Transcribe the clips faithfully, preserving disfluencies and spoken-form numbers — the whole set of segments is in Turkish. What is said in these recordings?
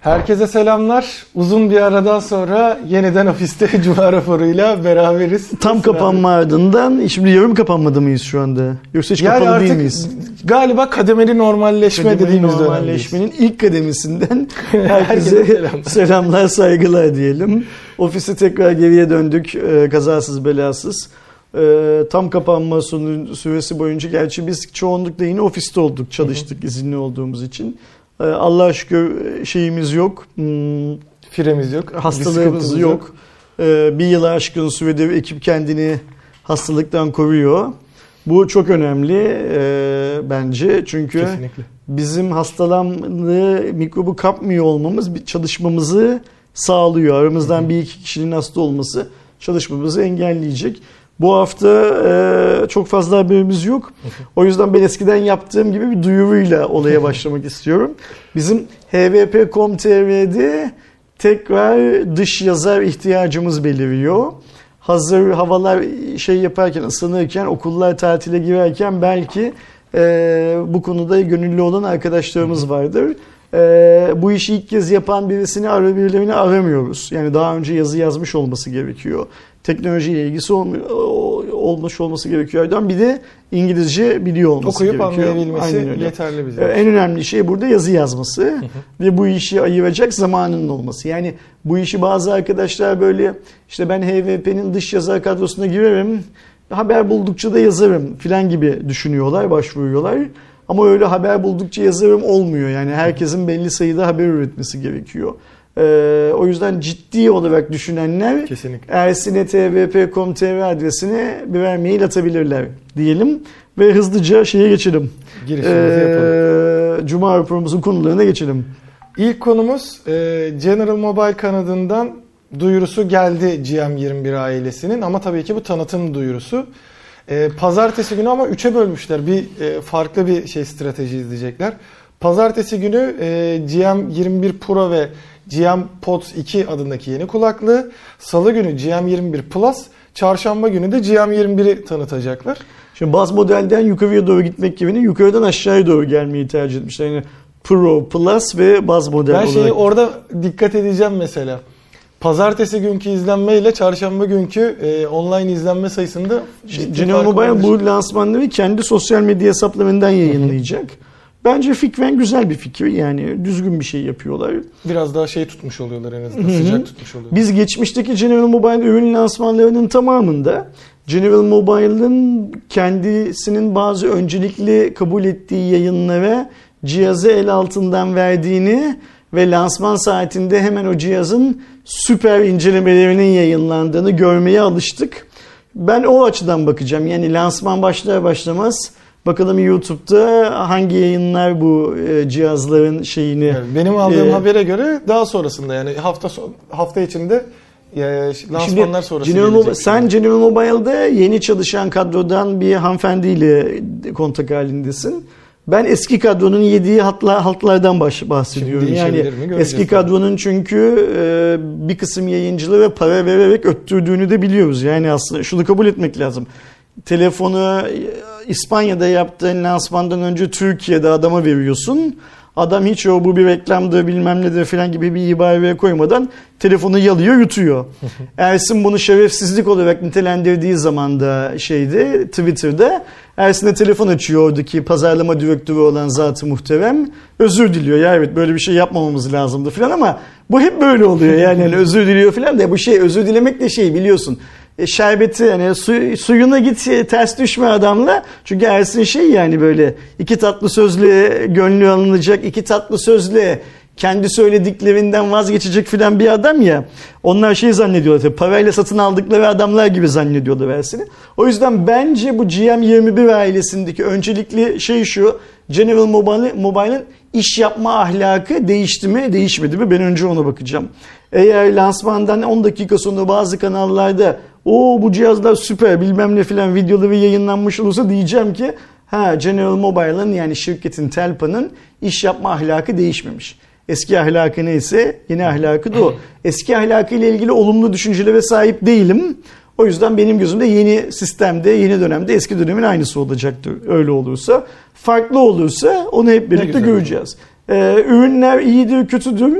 Herkese selamlar. Uzun bir aradan sonra yeniden ofiste Cuma raporuyla beraberiz. Tam kapanma ardından, şimdi yarım kapanmada mıyız şu anda? Yoksa hiç yani kapalı değil artık miyiz? Galiba kademeli normalleşme Kademeli dediğimiz normalleşmenin ilk kademesinden herkese, herkese selamlar. selamlar, saygılar diyelim. Ofise tekrar geriye döndük, kazasız belasız. Tam kapanma sonu süresi boyunca, gerçi biz çoğunlukla yine ofiste olduk, çalıştık, hı hı. izinli olduğumuz için. Allah'a şükür şeyimiz yok. Firemiz yok. Hastalığımız yok. yok. Bir yılı aşkın sürede ekip kendini hastalıktan koruyor. Bu çok önemli bence. Çünkü kesinlikle. Bizim hastalandığı mikrobu kapmıyor olmamız çalışmamızı sağlıyor. Aramızdan hı hı. bir iki kişinin hasta olması çalışmamızı engelleyecek. Bu hafta e, çok fazla haberimiz yok. O yüzden ben eskiden yaptığım gibi bir duyuruyla olaya başlamak istiyorum. Bizim h v p nokta com nokta t r'de tekrar dış yazar ihtiyacımız beliriyor. Hazır havalar şey yaparken, ısınırken, okullar tatile girerken belki e, bu konuda gönüllü olan arkadaşlarımız vardır. E, bu işi ilk kez yapan birisini ara birilerini aramıyoruz. Yani daha önce yazı yazmış olması gerekiyor. Teknolojiyle ilgisi olmuş olması gerekiyor. Bir de İngilizce biliyor olması okuyup gerekiyor. Okuyup anlayabilmesi yeterli bize. En önemli şey burada yazı yazması hı hı. ve bu işi ayıracak zamanının olması. Yani bu işi bazı arkadaşlar böyle, işte ben H V P'nin dış yazar kadrosuna girerim, haber buldukça da yazarım filan gibi düşünüyorlar, başvuruyorlar. Ama öyle haber buldukça yazarım olmuyor. Yani herkesin belli sayıda haber üretmesi gerekiyor. Ee, o yüzden ciddi olarak düşünenler ersin at h v p nokta com nokta t r adresine birer mail atabilirler diyelim ve hızlıca şeye geçelim. Girişimizi ee, yapalım. Cuma raporumuzun konularına geçelim. İlk konumuz e, General Mobile kanadından duyurusu geldi G M yirmi bir ailesinin, ama tabii ki bu tanıtım duyurusu. E, pazartesi günü ama üçe bölmüşler. Bir e, farklı bir şey strateji izleyecekler. Pazartesi günü e, G M yirmi bir Pro ve G M Pods iki adındaki yeni kulaklığı, Salı günü G M yirmi bir Plus, Çarşamba günü de G M yirmi biri tanıtacaklar. Şimdi baz modelden yukarıya doğru gitmek yerine yukarıdan aşağıya doğru gelmeyi tercih etmişler. Yani Pro, Plus ve baz model ben olarak. Ben şeyi orada dikkat edeceğim mesela. Pazartesi günkü izlenme ile çarşamba günkü e, online izlenme sayısında General Mobile bu lansmanları kendi sosyal medya hesaplarından yayınlayacak. Bence fikren güzel bir fikir, yani düzgün bir şey yapıyorlar. Biraz daha şey tutmuş oluyorlar, en azından sıcak tutmuş oluyorlar. Biz geçmişteki General Mobile ürün lansmanlarının tamamında General Mobile'ın kendisinin bazı öncelikli kabul ettiği yayınlara cihazı el altından verdiğini ve lansman saatinde hemen o cihazın süper incelemelerinin yayınlandığını görmeye alıştık. Ben o açıdan bakacağım. Yani lansman başlar başlamaz bakalım YouTube'da hangi yayınlar bu e, cihazların şeyini... Evet, benim aldığım e, habere göre daha sonrasında, yani hafta hafta içinde e, lansmanlar sonrası General gelecek. Sen General Mobile'da yeni çalışan kadrodan bir hanımefendiyle kontak halindesin. Ben eski kadronun yediği hatlar, haltlardan bahsediyorum. Yani eski kadronun çünkü e, bir kısım yayıncılara para vererek öttürdüğünü de biliyoruz. Yani aslında şunu kabul etmek lazım. Telefonu İspanya'da yaptığın lansmandan önce Türkiye'de adama veriyorsun. Adam hiç o bu bir reklamdır bilmem nedir falan gibi bir ibare koymadan telefonu yalıyor, yutuyor. Ersin bunu şerefsizlik olarak nitelendirdiği zaman da şeyde, Twitter'da Ersin'e telefon açıyor oradaki pazarlama direktörü olan zat-ı muhterem. Özür diliyor. Ya evet, böyle bir şey yapmamamız lazımdı falan, ama bu hep böyle oluyor. Yani, yani özür diliyor falan da bu şey, özür dilemek de şey biliyorsun. E, şerbeti yani su, suyuna git, ters düşme adamla. Çünkü Ersin şey, yani böyle iki tatlı sözle gönlü alınacak, iki tatlı sözle kendi söylediklerinden vazgeçecek filan bir adam ya. Onlar şey zannediyorlar tabii, parayla satın aldıkları adamlar gibi zannediyorlar Ersin'i. O yüzden bence bu G M yirmi bir ailesindeki öncelikli şey şu: General Mobile, Mobile'ın iş yapma ahlakı değişti mi, değişmedi mi? Ben önce ona bakacağım. Eğer lansmandan on dakika sonra bazı kanallarda o bu cihazlar süper bilmem ne filan videoları yayınlanmış olursa diyeceğim ki ha, General Mobile'ın, yani şirketin, Telpa'nın iş yapma ahlakı değişmemiş. Eski ahlakı neyse yeni ahlakı da o. Eski ahlakı ile ilgili olumlu düşüncelere sahip değilim. O yüzden benim gözümde yeni sistemde, yeni dönemde eski dönemin aynısı olacaktır. Öyle olursa. Farklı olursa onu hep birlikte göreceğiz. Ee, ürünler iyidir, kötüdür.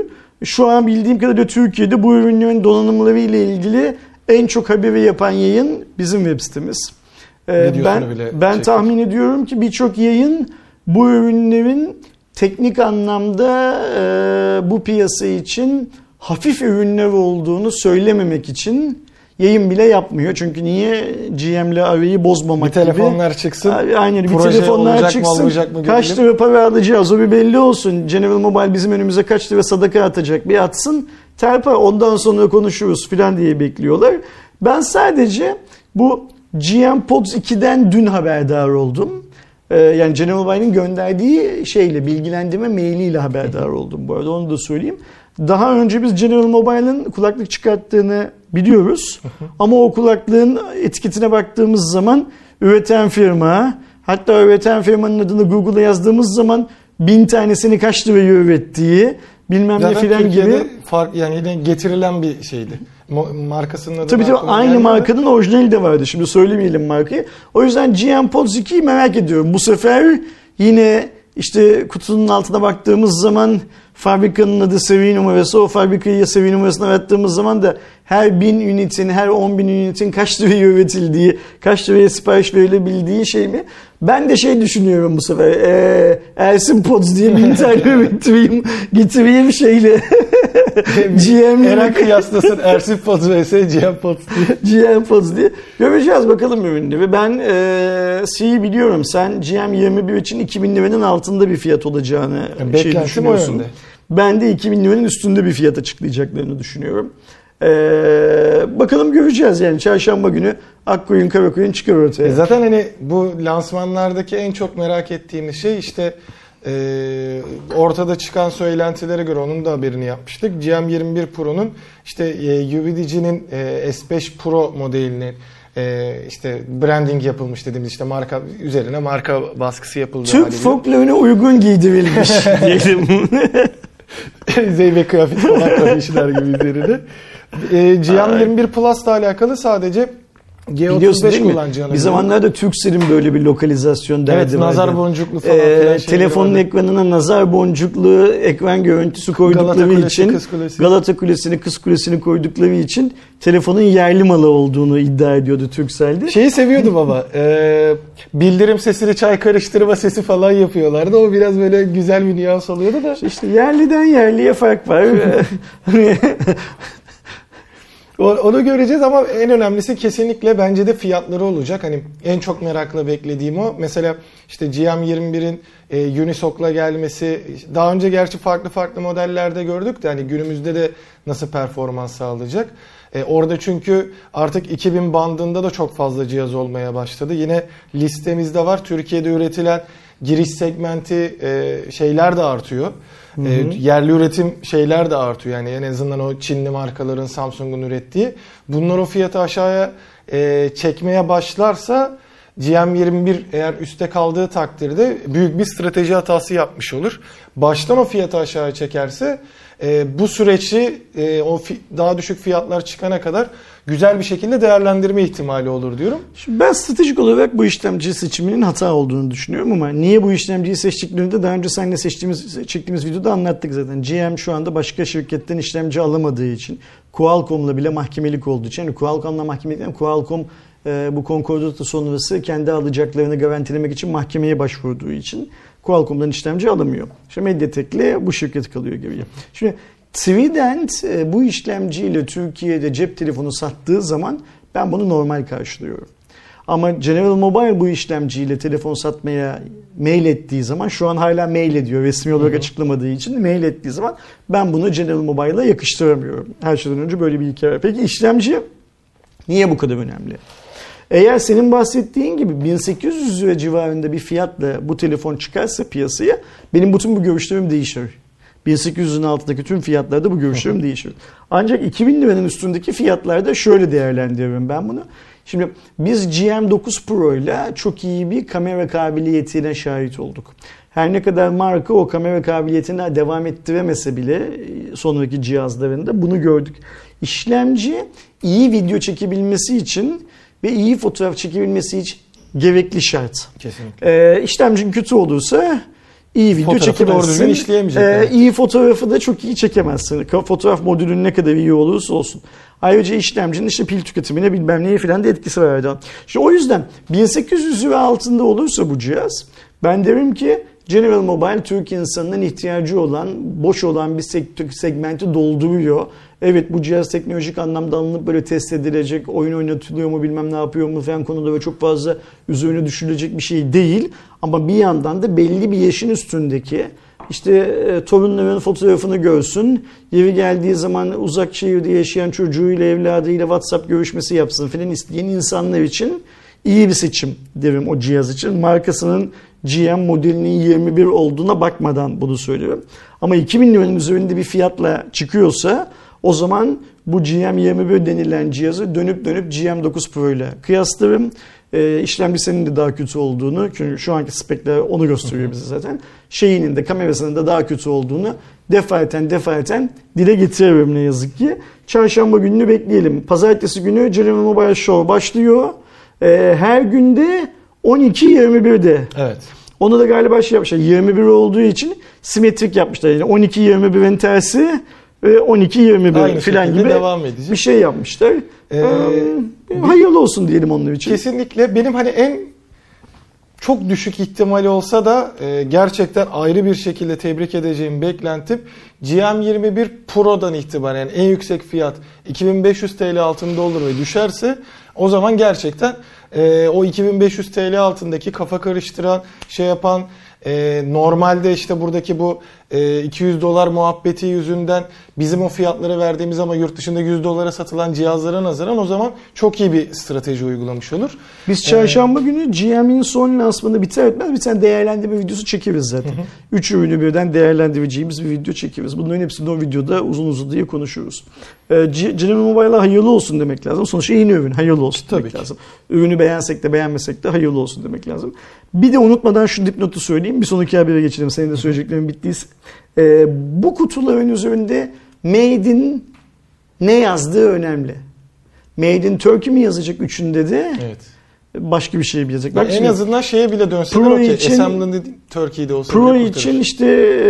Şu an bildiğim kadarıyla Türkiye'de bu ürünlerin donanımları ile ilgili en çok haberi yapan yayın bizim web sitemiz. Ee, ben ben tahmin ediyorum ki birçok yayın bu ürünlerin teknik anlamda e, bu piyasa için hafif ürünler olduğunu söylememek için yayın bile yapmıyor. Çünkü niye? G M'le arayı bozmamak bir gibi. Bir telefonlar çıksın. Aynen, bir telefonlar çıksın. Mı, kaç lira para alacağız o bir belli olsun. General Mobile bizim önümüze kaç lira sadaka atacak bir atsın. Terpa ondan sonra konuşuruz falan diye bekliyorlar. Ben sadece bu G M Pods iki'den dün haberdar oldum. Ee, yani General Mobile'in gönderdiği şeyle, bilgilendirme mailiyle haberdar oldum bu arada, onu da söyleyeyim. Daha önce biz General Mobile'ın kulaklık çıkarttığını biliyoruz. Ama o kulaklığın etiketine baktığımız zaman üreten firma, hatta üreten firmanın adını Google'a yazdığımız zaman bin tanesini kaç liraya ürettiği bilmem ne filan gibi. Fark, yani yine getirilen bir şeydi. Markasının adı. Tabii tabii aynı markanın orijinali de vardı. Şimdi söylemeyelim markayı. O yüzden G M Pods iki'yi merak ediyorum. Bu sefer yine işte kutunun altına baktığımız zaman fabrikanın adı, seri numarası, o fabrikayı seri numarasına arattığımız zaman da her bin ünitin, her on bin ünitin kaç liraya üretildiği, kaç liraya sipariş verilebildiği şey mi? Ben de şey düşünüyorum bu sefer. Ee, Ersin Pods diye bin tane üretireyim, getireyim şeyle. G M Eren kıyaslasın Ersin Pods vs G M Pods diye. G M Pods diye. Göreceğiz bakalım ürünleri. Ben e, C'yi biliyorum. Sen G M yirmi bir için iki bin liranın altında bir fiyat olacağını yani şey düşünüyorsun. Ben de iki bin liranın üstünde bir fiyat açıklayacaklarını düşünüyorum. Ee, bakalım göreceğiz yani çarşamba günü Akkoyun Karakoyun çıkar ortaya. E zaten hani bu lansmanlardaki en çok merak ettiğimiz şey işte e, ortada çıkan söylentilere göre onun da haberini yapmıştık. G M yirmi bir Pro'nun işte e, U V D C'nin e, S beş Pro modelinin e, işte branding yapılmış dediğimiz işte marka üzerine marka baskısı yapıldı. Türk folkloruna uygun giydirilmiş diyelim. Zeybek kıyafeti falan kardeşler gibi üzerine. E, G M yirmi bir Plus'la alakalı sadece G otuz beş kullanacağını. Bir zamanlarda Turkcell'in böyle bir lokalizasyon derdi evet, vardı. Nazar boncuklu falan ee, filan telefonun vardı. Ekranına nazar boncuklu ekran görüntüsü koydukları Galata Kulesi, için Kız Kulesi. Galata Kulesi'ni, Kız Kulesi'ni koydukları için telefonun yerli malı olduğunu iddia ediyordu Turkcell'de. Şeyi seviyordu baba. E, bildirim sesini çay karıştırma sesi falan yapıyorlardı. O biraz böyle güzel bir nüans oluyordu da. İşte yerliden yerliye fark var. Onu göreceğiz ama en önemlisi kesinlikle bence de fiyatları olacak. Hani en çok merakla beklediğim o. Mesela işte G M yirmi birin e, Unisock'la gelmesi, daha önce gerçi farklı farklı modellerde gördük de hani günümüzde de nasıl performans sağlayacak. E, orada çünkü artık iki bin bandında da çok fazla cihaz olmaya başladı. Yine listemizde var. Türkiye'de üretilen giriş segmenti e, şeyler de artıyor. Hı hı. E, yerli üretim şeyler de artıyor. Yani en azından o Çinli markaların, Samsung'un ürettiği. Bunlar o fiyatı aşağıya e, çekmeye başlarsa G M yirmi bir eğer üstte kaldığı takdirde büyük bir strateji hatası yapmış olur. Baştan o fiyatı aşağıya çekerse e, bu süreci e, o fi, daha düşük fiyatlar çıkana kadar güzel bir şekilde değerlendirme ihtimali olur diyorum. Şimdi ben stratejik olarak bu işlemci seçiminin hata olduğunu düşünüyorum ama niye bu işlemciyi seçtiklerini de daha önce seninle seçtiğimiz, çektiğimiz videoda anlattık zaten. G M şu anda başka şirketten işlemci alamadığı için, Qualcomm'la bile mahkemelik olduğu için, yani Qualcomm'la mahkemelik, Qualcomm e, bu konkordata sonrası kendi alacaklarını garantilemek için mahkemeye başvurduğu için Qualcomm'dan işlemci alamıyor. İşte Mediatek'le bu şirket kalıyor geriye. Şimdi Trident bu işlemciyle Türkiye'de cep telefonu sattığı zaman ben bunu normal karşılıyorum. Ama General Mobile bu işlemciyle telefon satmaya mail ettiği zaman, şu an hala mail ediyor resmi olarak açıklamadığı için, mail ettiği zaman ben bunu General Mobile'a yakıştıramıyorum. Her şeyden önce böyle bir hikaye var. Peki işlemci niye bu kadar önemli? Eğer senin bahsettiğin gibi bin sekiz yüz lira civarında bir fiyatla bu telefon çıkarsa piyasaya, benim bütün bu görüşlerim değişir. bin sekiz yüzün altındaki tüm fiyatlarda bu görüşlerim değişir. Ancak iki bin liranın üstündeki fiyatlarda şöyle değerlendiriyorum ben bunu. Şimdi biz G M dokuz Pro ile çok iyi bir kamera kabiliyetine şahit olduk. Her ne kadar marka o kamera kabiliyetine devam ettiremese bile sonraki cihazlarında bunu gördük. İşlemci iyi video çekebilmesi için ve iyi fotoğraf çekebilmesi için gerekli şart. Kesinlikle. Ee, işlemcin kötü olursa iyi video fotoğrafı çekemezsin. Ee, iyi fotoğrafı da çok iyi çekemezsin. Fotoğraf modülün ne kadar iyi olursa olsun. Ayrıca işlemcinin işte pil tüketimine bilmem neye falan da etkisi var Erdoğan. İşte o yüzden bin sekiz yüz lira altında olursa bu cihaz, ben derim ki General Mobile Türk insanının ihtiyacı olan, boş olan bir segmenti dolduruyor. Evet, bu cihaz teknolojik anlamda alınıp böyle test edilecek, oyun oynatılıyor mu bilmem ne yapıyor mu falan konuda ve çok fazla üzerine düşülecek bir şey değil. Ama bir yandan da belli bir yaşın üstündeki işte e, torunların fotoğrafını görsün, yeri geldiği zaman uzak şehirde yaşayan çocuğuyla, evladıyla WhatsApp görüşmesi yapsın falan isteyen insanlar için iyi bir seçim derim o cihaz için. Markasının G M modelinin yirmi bir olduğuna bakmadan bunu söylüyorum. Ama iki bin liranın üzerinde bir fiyatla çıkıyorsa o zaman bu G M yirmi bir denilen cihazı dönüp dönüp G M dokuz Pro ile kıyaslarım. E, işlemcisinin de daha kötü olduğunu, çünkü şu anki spekler onu gösteriyor bize zaten. Şeyinin de, kamerasının da daha kötü olduğunu defaten defaten dile getiriyorum ne yazık ki. Çarşamba gününü bekleyelim. Pazartesi günü General Mobile Show başlıyor. E, her günde on iki yirmi birde. Evet. Onu da galiba şey yapmışlar. yirmi bir olduğu için simetrik yapmışlar. Yani on iki yirmi birin tersi ve on iki yirmi bir falan gibi devam edecek. Bir şey yapmışlar. Ee, ee, hayırlı olsun diyelim onlar için. Kesinlikle. Benim hani en çok düşük ihtimali olsa da e, gerçekten ayrı bir şekilde tebrik edeceğim beklentim G M yirmi bir Pro'dan itibaren yani en yüksek fiyat iki bin beş yüz TL altında olur ve düşerse o zaman gerçekten e, o iki bin beş yüz TL altındaki kafa karıştıran şey yapan e, normalde işte buradaki bu e, iki yüz dolar muhabbeti yüzünden bizim o fiyatları verdiğimiz ama yurt dışında yüz dolara satılan cihazlara nazaran o zaman çok iyi bir strateji uygulamış olur. Biz çarşamba ee, günü G M'in son lansmanı biter etmez bir tane değerlendirme videosu çekeriz zaten. Hı hı. Üç ürünü birden değerlendireceğimiz bir video çekeriz. Bunların hepsini o videoda uzun uzun diye konuşuyoruz. Ee, General Mobile'a hayırlı olsun demek lazım. Sonuçta yeni ürün, hayırlı olsun demek Tabii lazım. Ki. Ürünü beğensek de beğenmesek de hayırlı olsun demek lazım. Bir de unutmadan şu dipnotu söyleyeyim. Bir sonraki habere geçelim. Senin de söyleyeceklerin bittiyse. Ee, bu kutuların üzerinde Made in ne yazdığı önemli. Made in Turkey mi yazacak üçünde de? Evet. Başka bir şey mi yazacak? Bak en şimdi, azından şeye bile dönseler okey. Assembly Turkey'de olsa Pro için işte e,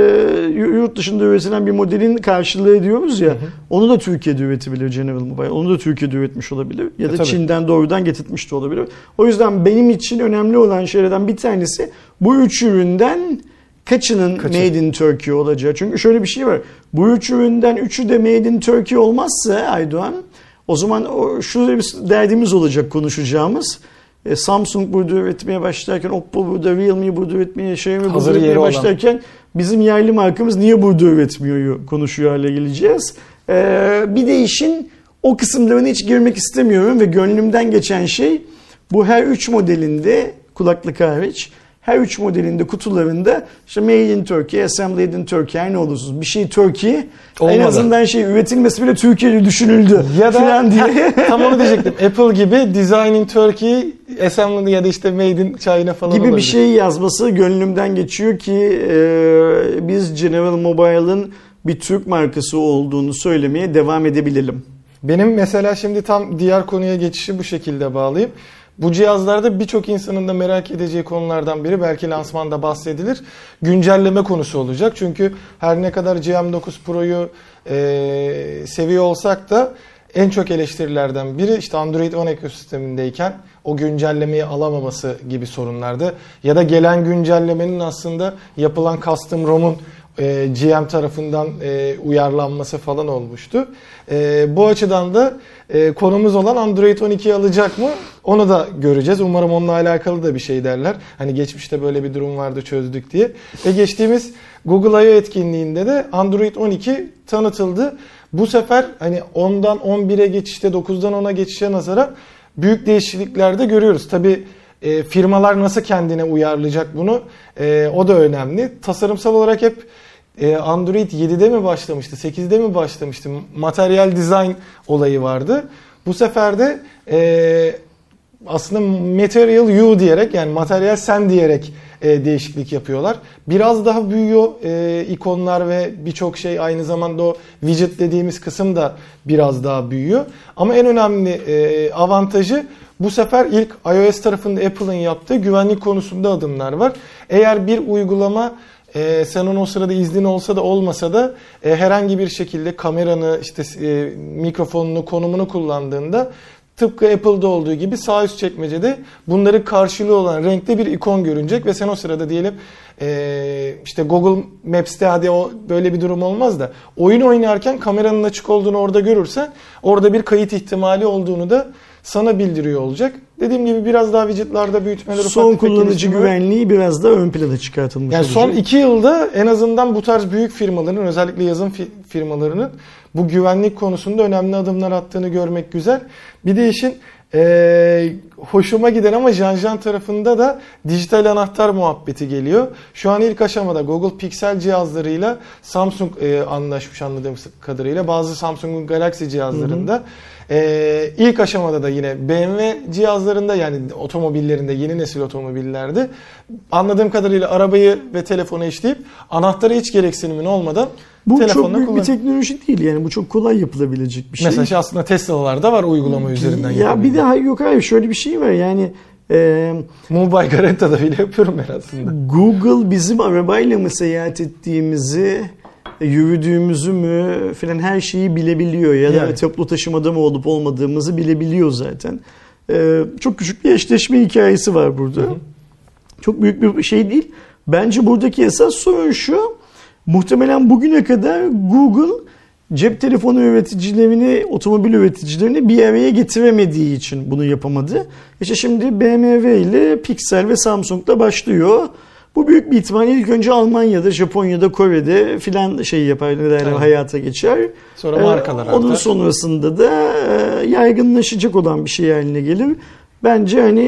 yurt dışında üretilen bir modelin karşılığı ediyoruz ya. Hı hı. Onu da Türkiye'de üretebilir General Mobile. Onu da Türkiye'de üretmiş olabilir. Ya da e, Çin'den doğrudan getirtmiş de olabilir. O yüzden benim için önemli olan şeylerden bir tanesi bu üç üründen kaçının Kaçı? Made in Turkey olacağı. Çünkü şöyle bir şey var. Bu üç üründen üçü de Made in Turkey olmazsa Aydoğan, o zaman o, şurada bir derdimiz olacak konuşacağımız. E, Samsung burada üretmeye başlarken, Oppo burada, Realme burada üretmeye, Xiaomi burada üretmeye başlarken olan. Bizim yerli markamız niye burada üretmiyor konuşuyor hale geleceğiz. E, bir de işin o kısımlarına hiç girmek istemiyorum ve gönlümden geçen şey bu her üç modelinde kulaklık hariç her üç modelinde kutularında işte Made in Turkey, Assembled in Turkey her ne olursunuz bir şey Turkey olmadı. En azından şey üretilmesi bile Türkiye'de düşünüldü ya da diye. Tam onu diyecektim. Apple gibi Design in Turkey, Assembled ya da işte Made in China falan gibi olabilir. Bir şey yazması gönlümden geçiyor ki e, biz General Mobile'ın bir Türk markası olduğunu söylemeye devam edebilelim. Benim mesela şimdi tam diğer konuya geçişi bu şekilde bağlayayım. Bu cihazlarda birçok insanın da merak edeceği konulardan biri, belki lansmanda bahsedilir, güncelleme konusu olacak. Çünkü her ne kadar G M dokuz Pro'yu e, seviyor olsak da en çok eleştirilerden biri işte Android on ekosistemindeyken o güncellemeyi alamaması gibi sorunlardı. Ya da gelen güncellemenin aslında yapılan custom ROM'un e, G M tarafından e, uyarlanması falan olmuştu. E, bu açıdan da e, konumuz olan Android on ikiyi alacak mı? Onu da göreceğiz. Umarım onunla alakalı da bir şey derler. Hani geçmişte böyle bir durum vardı, çözdük diye. Ve geçtiğimiz Google I O etkinliğinde de Android on iki tanıtıldı. Bu sefer hani ondan on bire geçişte, dokuzdan ona geçişe nazaran büyük değişiklikler de görüyoruz. Tabii e, firmalar nasıl kendine uyarlayacak bunu, e, o da önemli. Tasarımsal olarak hep e, Android yedide mi başlamıştı, sekizde mi başlamıştı? Materyal design olayı vardı. Bu sefer de e, aslında material you diyerek, yani materyal sen diyerek e, değişiklik yapıyorlar. Biraz daha büyüyor e, ikonlar ve birçok şey, aynı zamanda o widget dediğimiz kısım da biraz daha büyüyor. Ama en önemli e, avantajı bu sefer ilk iOS tarafında Apple'ın yaptığı güvenlik konusunda adımlar var. Eğer bir uygulama e, senin o sırada iznin olsa da olmasa da e, herhangi bir şekilde kameranı, işte e, mikrofonunu, konumunu kullandığında tıpkı Apple'da olduğu gibi sağ üst çekmecede bunları karşılığı olan renkte bir ikon görünecek ve sen o sırada diyelim e, işte Google Maps'te, hadi o böyle bir durum olmaz da, oyun oynarken kameranın açık olduğunu orada görürsen orada bir kayıt ihtimali olduğunu da sana bildiriyor olacak. Dediğim gibi biraz daha widget'larda büyütmeler, son kullanıcı güvenliği biraz daha ön plana çıkartılmış yani olacak. Son iki yılda en azından bu tarz büyük firmaların, özellikle yazılım firmalarının bu güvenlik konusunda önemli adımlar attığını görmek güzel. Bir de işin e, hoşuma giden ama Janjan tarafında da dijital anahtar muhabbeti geliyor. Şu an ilk aşamada Google Pixel cihazlarıyla Samsung e, anlaşmış anladığım kadarıyla. Bazı Samsung'un Galaxy cihazlarında. Hı hı. Ee, ilk aşamada da yine B M W cihazlarında, yani otomobillerinde, yeni nesil otomobillerde anladığım kadarıyla arabayı ve telefonu eşleyip anahtara hiç gereksinimin olmadan bu telefonla çok büyük kullan- bir teknoloji değil, yani bu çok kolay yapılabilecek bir şey. Mesela şey aslında Tesla'larda var uygulama üzerinden. Ya bir daha yok hayır, şöyle bir şey var yani. E, Mumbai Garetta'da bile yapıyorum ben aslında. Google bizim arabayla mı seyahat ettiğimizi, yürüdüğümüzü mü filan her şeyi bilebiliyor ya da yani toplu taşımada mı olup olmadığımızı bilebiliyor zaten. Ee, çok küçük bir eşleşme hikayesi var burada. Hı hı. Çok büyük bir şey değil. Bence buradaki esas sorun şu: muhtemelen bugüne kadar Google cep telefonu üreticilerini, otomobil üreticilerini bir araya getiremediği için bunu yapamadı. İşte şimdi B M W ile Pixel ve Samsung'la başlıyor. Bu büyük bir ihtimal ilk önce Almanya'da, Japonya'da, Kore'de filan şey yapar, evet. hayata geçer. Sonra markalar ee, Onun sonrasında da e, yaygınlaşacak olan bir şey haline gelir. Bence hani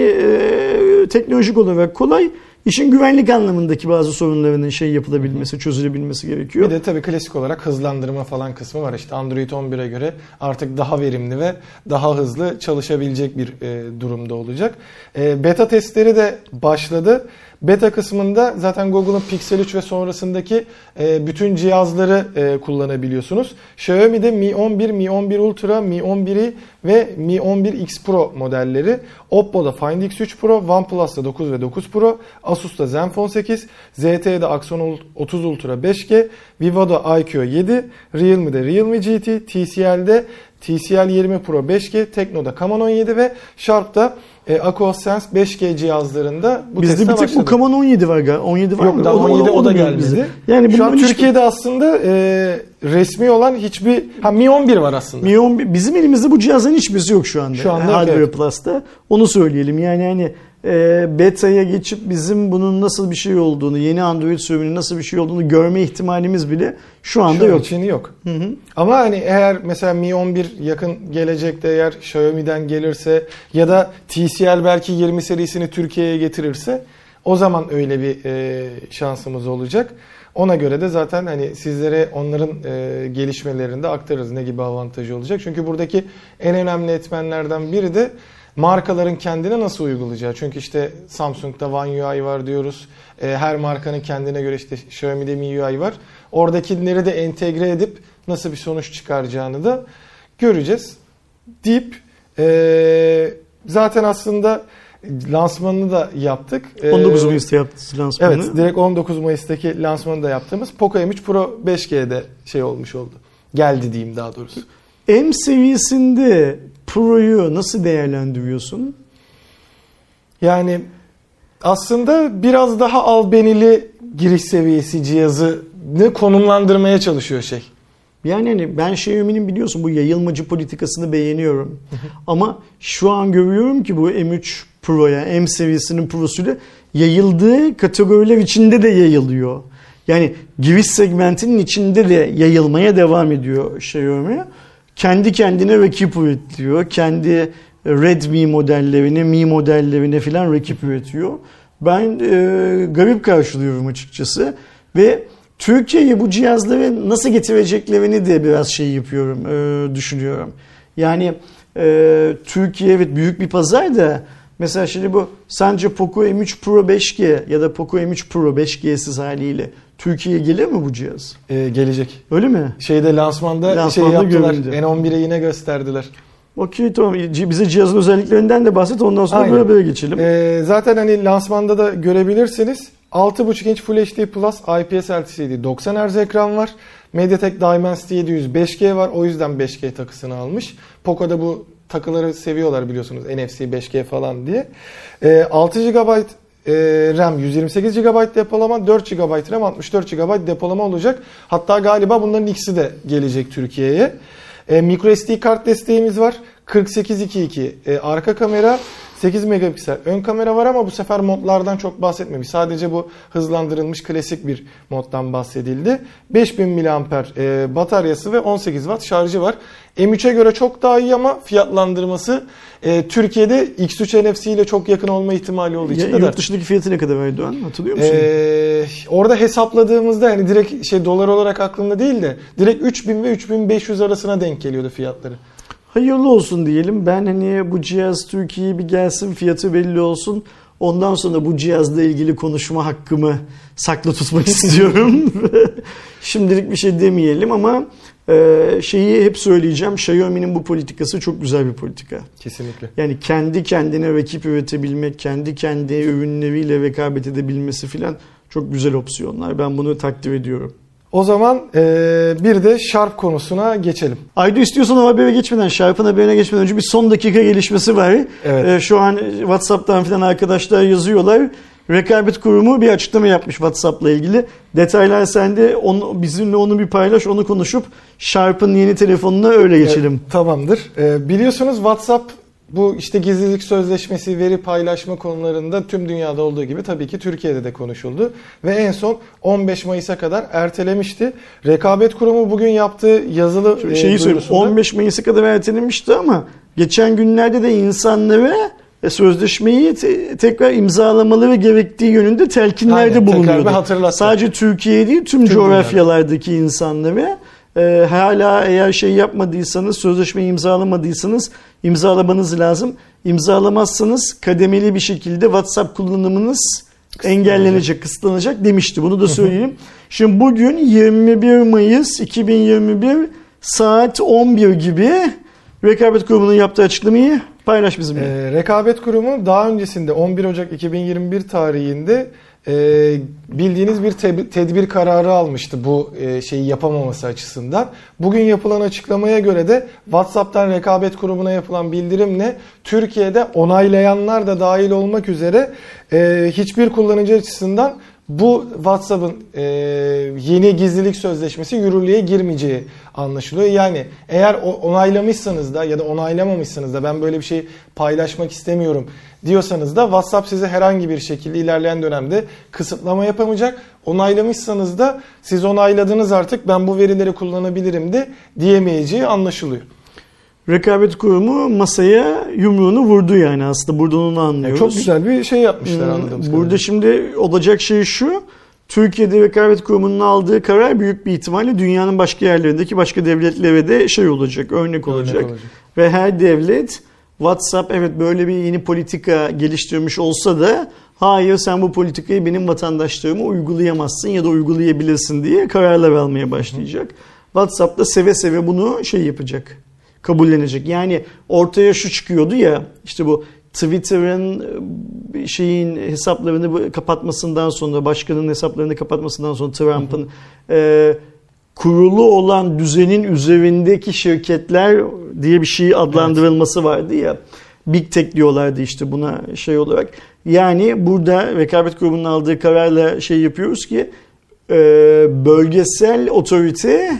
e, teknolojik olarak kolay. İşin güvenlik anlamındaki bazı sorunlarının şey yapılabilmesi, çözülebilmesi gerekiyor. Bir de tabii klasik olarak hızlandırma falan kısmı var. İşte Android on bire göre artık daha verimli ve daha hızlı çalışabilecek bir e, durumda olacak. E, beta testleri de başladı. Beta kısmında zaten Google'ın Pixel üç ve sonrasındaki e, bütün cihazları e, kullanabiliyorsunuz. Xiaomi'de Mi on bir, Mi on bir Ultra, Mi on biri ve Mi on bir X Pro modelleri. Oppo'da Find X üç Pro, OnePlus'ta dokuz ve dokuz Pro, Asus'ta Zenfone sekiz, Z T'de Axon otuz Ultra beş G, Vivo'da I Q yedi, Realme'de Realme G T, T C L'de T C L yirmi Pro beş G, Tekno'da Camon on yedi ve Sharp'ta e, AquaSense beş G cihazlarında bu Bizde bir tek bu Camon on yedi var. on yedi var Yok, mı? daha on yedi o, o da gelmedi. Yani şu an Türkiye'de hiç... aslında e, resmi olan hiçbir... Ha, Mi on bir var aslında. Mi on bir, bizim elimizde bu cihazların hiçbirisi yok şu anda. Şu anda Hardware evet. Plus'ta. Onu söyleyelim. Yani hani e, beta'ya geçip bizim bunun nasıl bir şey olduğunu, yeni Android sürümünün nasıl bir şey olduğunu görme ihtimalimiz bile şu anda şu yok. Şu an yok. Hı hı. Ama hani eğer mesela Mi on bir yakın gelecekte eğer Xiaomi'den gelirse ya da T C L belki yirmi serisini Türkiye'ye getirirse o zaman öyle bir e, şansımız olacak. Ona göre de zaten hani sizlere onların e, gelişmelerini de aktarırız. Ne gibi avantajı olacak? Çünkü buradaki en önemli etmenlerden biri de markaların kendine nasıl uygulayacağı. Çünkü işte Samsung'da One U I var diyoruz. E, her markanın kendine göre işte Xiaomi'de Mi U I var. Oradakileri de entegre edip nasıl bir sonuç çıkaracağını da göreceğiz deyip e, zaten aslında lansmanını da yaptık. on dokuz Mayıs'ta yaptınız lansmanı. Evet, direkt on dokuz Mayıs'taki lansmanını da yaptığımız Poco M üç Pro beş G'de şey olmuş oldu. Geldi diyeyim daha doğrusu. M seviyesinde Pro'yu nasıl değerlendiriyorsun? Yani aslında biraz daha albenili giriş seviyesi cihazını konumlandırmaya çalışıyor şey. Yani hani ben Xiaomi'nin biliyorsun bu yayılmacı politikasını beğeniyorum. Ama şu an görüyorum ki bu M üç Pro'ya, M seviyesinin Pro'suyla yayıldığı kategoriler içinde de yayılıyor. Yani giriş segmentinin içinde de yayılmaya devam ediyor Xiaomi. Kendi kendine rakip üretiyor. Kendi Redmi modellerine, Mi modellerine filan rakip üretiyor. Ben e, garip karşılıyorum açıkçası. Ve Türkiye'ye bu cihazları nasıl getireceklerini de biraz şey yapıyorum, e, düşünüyorum. Yani e, Türkiye evet büyük bir pazar da Mesela şimdi bu sence Poco M üç Pro beş G ya da Poco M üç Pro beş G'siz haliyle Türkiye'ye gelir mi bu cihaz? Ee, gelecek. Öyle mi? Şeyde lansmanda, lansmanda şey yaptılar. Görünce. N on bire yine gösterdiler. Okey tamam. Bize cihazın özelliklerinden de bahset. Ondan sonra Aynen. böyle böyle geçelim. Ee, zaten hani lansmanda da görebilirsiniz. altı buçuk inç Full H D Plus I P S L C D doksan hertz ekran var. MediaTek Dimensity yedi yüz beş G var. O yüzden beş G takısını almış. Poco'da bu takıları seviyorlar biliyorsunuz. N F C beş G falan diye. Ee, altı gigabayt e, RAM, yüz yirmi sekiz gigabayt depolama, dört gigabayt RAM, altmış dört gigabayt depolama olacak. Hatta galiba bunların ikisi de gelecek Türkiye'ye. E, microSD kart desteğimiz var. kırk sekiz iki iki e, arka kamera, sekiz megapiksel ön kamera var ama bu sefer modlardan çok bahsetmemiş. Sadece bu hızlandırılmış klasik bir moddan bahsedildi. beş bin miliamper e, bataryası ve on sekiz watt şarjı var. M üçe göre çok daha iyi ama fiyatlandırması e, Türkiye'de X üç N F C ile çok yakın olma ihtimali olduğu için. Ya, yurt dışındaki fiyatı ne kadar Erdoğan? Hatırlıyor musun? Ee, orada hesapladığımızda yani direkt şey dolar olarak aklımda değil de direkt üç bin ve üç bin beş yüz arasına denk geliyordu fiyatları. Hayırlı olsun diyelim. Ben hani bu cihaz Türkiye'ye bir gelsin, fiyatı belli olsun. Ondan sonra bu cihazla ilgili konuşma hakkımı saklı tutmak istiyorum. Şimdilik bir şey demeyelim ama e, şeyi hep söyleyeceğim. Xiaomi'nin bu politikası çok güzel bir politika. Kesinlikle. Yani kendi kendine rakip üretebilmek, kendi kendi ürünleriyle rekabet edebilmesi filan çok güzel opsiyonlar. Ben bunu takdir ediyorum. O zaman e, bir de Sharp konusuna geçelim. Aydo istiyorsan o habere geçmeden, Sharp'ın haberine geçmeden önce bir son dakika gelişmesi var. Evet. E, şu an WhatsApp'tan falan arkadaşlar yazıyorlar. Rekabet Kurumu bir açıklama yapmış WhatsApp'la ilgili. Detaylar sende, onu, bizimle onu bir paylaş, onu konuşup Sharp'ın yeni telefonuna öyle geçelim. Evet, tamamdır. E, biliyorsunuz WhatsApp bu işte gizlilik sözleşmesi, veri paylaşma konularında tüm dünyada olduğu gibi tabii ki Türkiye'de de konuşuldu. Ve en son on beş Mayıs'a kadar ertelemişti. Rekabet Kurumu bugün yaptığı yazılı Şimdi şeyi söyleyeyim, on beş Mayıs'a kadar ertelemişti ama geçen günlerde de insanlara sözleşmeyi te- tekrar imzalamaları gerektiği yönünde telkinlerde bulunuyordu. Sadece Türkiye değil, tüm, tüm coğrafyalardaki dünyada. insanlara e, hala eğer şey yapmadıysanız, sözleşmeyi imzalamadıysanız imzalamanız lazım. İmzalamazsanız kademeli bir şekilde WhatsApp kullanımınız engellenecek, kısıtlanacak demişti. Bunu da söyleyeyim. Şimdi bugün yirmi bir Mayıs iki bin yirmi bir saat on bir gibi Rekabet Kurumu'nun yaptığı açıklamayı paylaş bizimle. Ee, Rekabet Kurumu daha öncesinde on bir Ocak iki bin yirmi bir tarihinde e, bildiğiniz bir te- tedbir kararı almıştı bu e, şeyi yapamaması açısından. Bugün yapılan açıklamaya göre de WhatsApp'tan Rekabet Kurumu'na yapılan bildirimle Türkiye'de onaylayanlar da dahil olmak üzere e, hiçbir kullanıcı açısından bu WhatsApp'ın e, yeni gizlilik sözleşmesi yürürlüğe girmeyeceği anlaşılıyor. Yani eğer onaylamışsanız da ya da onaylamamışsanız da ben böyle bir şey paylaşmak istemiyorum diyorsanız da WhatsApp size herhangi bir şekilde ilerleyen dönemde kısıtlama yapamayacak. Onaylamışsanız da siz onayladınız artık ben bu verileri kullanabilirim de diyemeyeceği anlaşılıyor. Rekabet Kurumu masaya yumruğunu vurdu yani aslında buradan onu anlıyoruz. Yani çok güzel bir şey yapmışlar anladığım kadarıyla. Burada şimdi olacak şey şu. Türkiye'de Rekabet Kurumu'nun aldığı karar büyük bir ihtimalle dünyanın başka yerlerindeki başka devletlere de şey olacak, örnek olacak. Örnek olacak. Ve her devlet WhatsApp evet böyle bir yeni politika geliştirmiş olsa da hayır sen bu politikayı benim vatandaşlarıma uygulayamazsın ya da uygulayabilirsin diye kararlar almaya başlayacak. Hı. WhatsApp da seve seve bunu şey yapacak. Kabullenecek. Yani ortaya şu çıkıyordu ya işte bu Twitter'ın şeyin hesaplarını kapatmasından sonra başkanın hesaplarını kapatmasından sonra Trump'ın e, kurulu olan düzenin üzerindeki şirketler diye bir şey adlandırılması vardı ya. Big Tech diyorlardı işte buna şey olarak. Yani burada Rekabet Kurumu'nun aldığı kararla şey yapıyoruz ki e, bölgesel otorite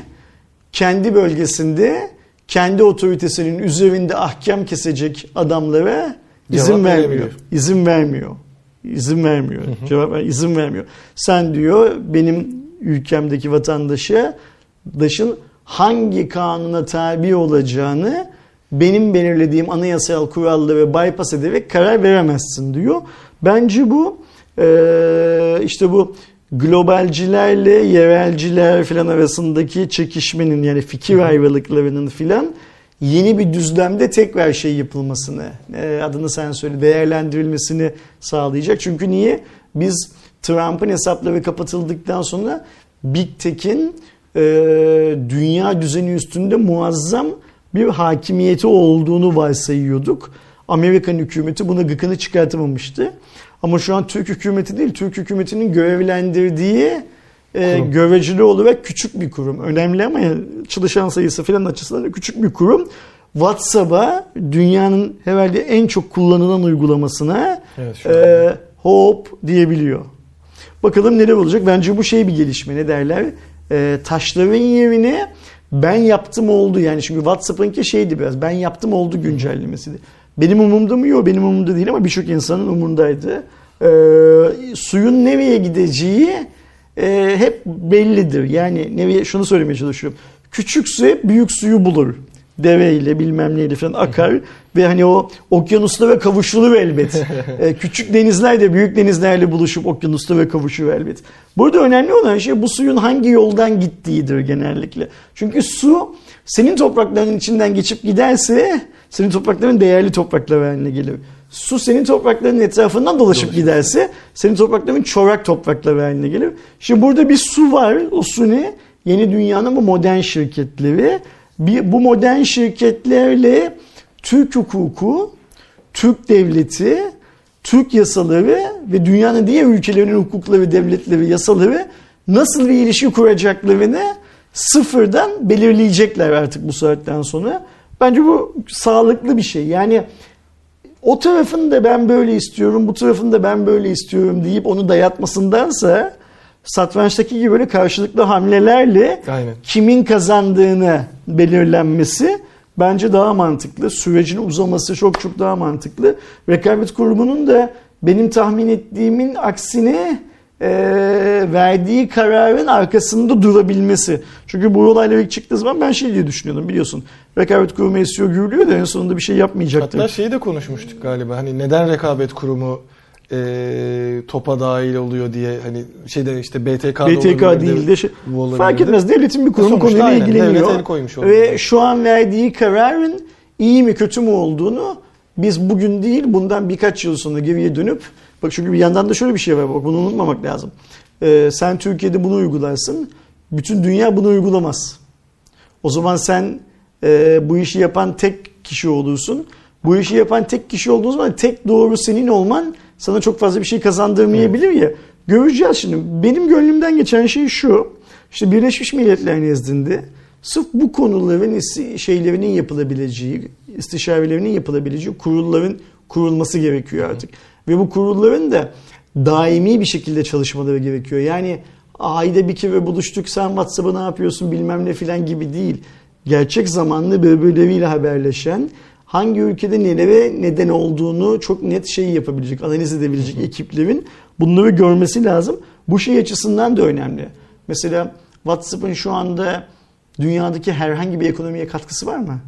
kendi bölgesinde kendi otoritesinin üzerinde ahkam kesecek adamlara izin Cevap vermiyor. vermiyor. İzin vermiyor. İzin vermiyor. Hı hı. Cevap ver, izin vermiyor. Sen diyor benim ülkemdeki vatandaşa daşın hangi kanuna tabi olacağını benim belirlediğim anayasal kuralları bypass ederek karar veremezsin diyor. Bence bu işte bu globalcilerle yerelciler filan arasındaki çekişmenin yani fikir ayrılıklarının filan yeni bir düzlemde tekrar şey yapılmasını, adını sen söyle, değerlendirilmesini sağlayacak. Çünkü niye? Biz Trump'ın hesapları kapatıldıktan sonra Big Tech'in e, dünya düzeni üstünde muazzam bir hakimiyeti olduğunu varsayıyorduk. Amerikan hükümeti buna gıkını çıkartamamıştı. Ama şu an Türk hükümeti değil, Türk hükümetinin görevlendirdiği e, göreceli olarak küçük bir kurum. Önemli ama çalışan sayısı falan açısından küçük bir kurum. WhatsApp'a dünyanın herhalde en çok kullanılan uygulamasına evet, e, Hope diyebiliyor. Bakalım neler olacak. Bence bu şey bir gelişme. Ne derler? E, taşların yerine ben yaptım oldu. Yani çünkü WhatsApp'ınki şeydi biraz. Ben yaptım oldu güncellemesiydi. Benim umurumda mı? Yok, benim umurumda değil ama birçok insanın umurundaydı. E, suyun nereye gideceği e, hep bellidir. Yani nereye, şunu söylemeye çalışıyorum. Küçük su hep büyük suyu bulur. Deveyle bilmem neyle falan akar ve hani o okyanuslara kavuşulur elbet. ee, küçük denizler de büyük denizlerle buluşup okyanuslara kavuşur elbet. Burada önemli olan şey bu suyun hangi yoldan gittiğidir genellikle. Çünkü su senin topraklarının içinden geçip giderse senin toprakların değerli topraklar haline gelir. Su senin topraklarının etrafından dolaşıp Dolaşık. giderse senin toprakların çorak topraklar haline gelir. Şimdi burada bir su var. O su ne? Yeni dünyanın bu modern şirketleri. Bir, bu modern şirketlerle Türk hukuku, Türk devleti, Türk yasaları ve dünyanın diğer ülkelerinin hukukları, devletleri, yasaları nasıl bir ilişki kuracaklarını sıfırdan belirleyecekler artık bu saatten sonra. Bence bu sağlıklı bir şey. Yani o tarafını da ben böyle istiyorum, bu tarafını da ben böyle istiyorum deyip onu dayatmasındansa satrançtaki gibi böyle karşılıklı hamlelerle Aynen. kimin kazandığını belirlenmesi bence daha mantıklı. Sürecin uzaması çok çok daha mantıklı. Rekabet Kurumu'nun da benim tahmin ettiğimin aksine e, verdiği kararın arkasında durabilmesi. Çünkü bu olaylar ilk çıktığı zaman ben şey diye düşünüyordum, biliyorsun. Rekabet Kurumu S E O gürlüyor da en sonunda bir şey yapmayacaktır. Hatta şeyi de konuşmuştuk galiba. Hani neden Rekabet Kurumu E, topa dahil oluyor diye, hani şeyde işte B T K'da B T K değil de şey, fark etmez, devletin bir kurumu konuyla aynen, ilgileniyor ve şu an verdiği kararın iyi mi kötü mü olduğunu biz bugün değil bundan birkaç yıl sonra geriye dönüp bak, çünkü bir yandan da şöyle bir şey var, bak bunu unutmamak lazım. Ee, sen Türkiye'de bunu uygularsın, bütün dünya bunu uygulamaz. O zaman sen e, bu işi yapan tek kişi olursun. Bu işi yapan tek kişi olduğun zaman tek doğru senin olman sana çok fazla bir şey kazandırmayabilir evet. ya. Göreceğiz şimdi. Benim gönlümden geçen şey şu. İşte Birleşmiş Milletler nezdinde sırf bu konuların şeylerinin yapılabileceği, istişarelerinin yapılabileceği kurulların kurulması gerekiyor artık. Ve bu kurulların da daimi bir şekilde çalışmaları gerekiyor. Yani ayda bir kere buluştuk, sen WhatsApp'a ne yapıyorsun bilmem ne filan gibi değil. Gerçek zamanlı birbirleriyle haberleşen, hangi ülkede nelere neden olduğunu çok net şey yapabilecek, analiz edebilecek hı hı. ekiplerin bunları görmesi lazım. Bu şey açısından da önemli. Mesela WhatsApp'ın şu anda dünyadaki herhangi bir ekonomiye katkısı var mı?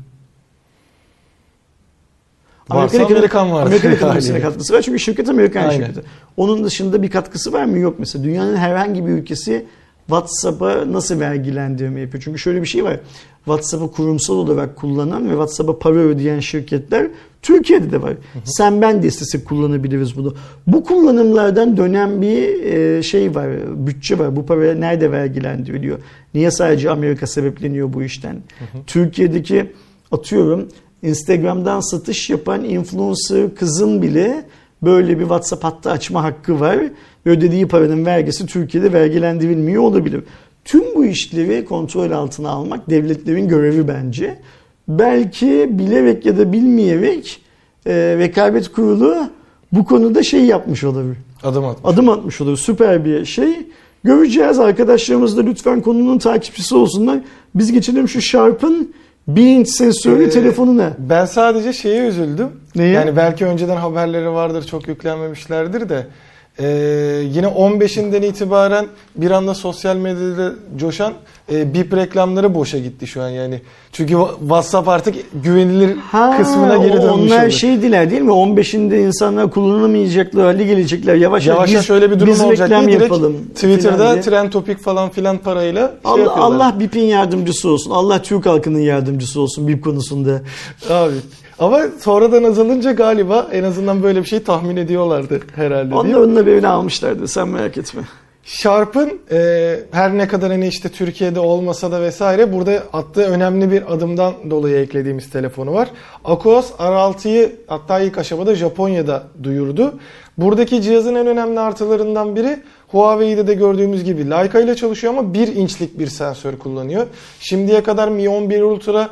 Varsa Amerikan, Amerikan var. Amerikan ekonomisine katkısı var çünkü şirket Amerikan Aynen. şirketi. Onun dışında bir katkısı var mı? Yok mesela. Dünyanın herhangi bir ülkesi WhatsApp'a nasıl vergilendirme yapıyor? Çünkü şöyle bir şey var. WhatsApp'ı kurumsal olarak kullanan ve WhatsApp'a para ödeyen şirketler Türkiye'de de var. Hı hı. Sen ben de istesek kullanabiliriz bunu. Bu kullanımlardan dönen bir şey var, bütçe var. Bu para nerede vergilendiriliyor? Niye sadece Amerika sebepleniyor bu işten? Hı hı. Türkiye'deki atıyorum Instagram'dan satış yapan influencer kızın bile böyle bir WhatsApp hattı açma hakkı var. Ödediği paranın vergisi Türkiye'de vergilendirilmiyor olabilir. Tüm bu işleri kontrol altına almak devletlerin görevi bence. Belki bilerek ya da bilmeyerek e, Rekabet Kurulu bu konuda şey yapmış olabilir. Adım atmış. Adım atmış olur. Süper bir şey. Göreceğiz. Arkadaşlarımız da lütfen konunun takipçisi olsunlar. Biz geçelim şu Sharp'ın bir inç sensörlü ee, telefonuna. Ben sadece şeye üzüldüm. Neye? Yani belki önceden haberleri vardır, çok yüklenmemişlerdir de. Ee, yine on beşinden itibaren bir anda sosyal medyada coşan e, bip reklamları boşa gitti şu an yani. Çünkü WhatsApp artık güvenilir ha, kısmına geri dönmüş oldu. Onlar şeydiler değil mi? on beşinde insanlar kullanamayacaklar hale gelecekler. Yavaş yavaş biz, şöyle bir durum olacak diye direkt yapalım Twitter'da trend topik falan filan parayla şey Allah, Allah bipin yardımcısı olsun. Allah Türk halkının yardımcısı olsun bip konusunda. Abi. Ama sonradan azalınca galiba en azından böyle bir şey tahmin ediyorlardı herhalde. Onlar onun haberini almışlardı, sen merak etme. Sharp'ın e, her ne kadar hani işte Türkiye'de olmasa da vesaire burada attığı önemli bir adımdan dolayı eklediğimiz telefonu var. Aquos R altıyı hatta ilk aşamada Japonya'da duyurdu. Buradaki cihazın en önemli artılarından biri Huawei'de de gördüğümüz gibi Leica ile çalışıyor ama bir inçlik bir sensör kullanıyor. Şimdiye kadar Mi on bir Ultra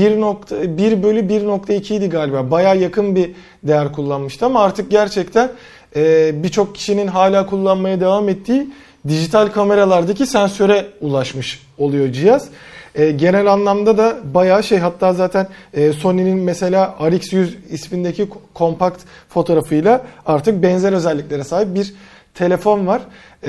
bir bölü bir nokta iki idi galiba. Bayağı yakın bir değer kullanmıştı ama artık gerçekten e, birçok kişinin hala kullanmaya devam ettiği dijital kameralardaki sensöre ulaşmış oluyor cihaz. E, genel anlamda da bayağı şey, hatta zaten e, Sony'nin mesela R X yüz ismindeki kompakt fotoğrafıyla artık benzer özelliklere sahip bir telefon var.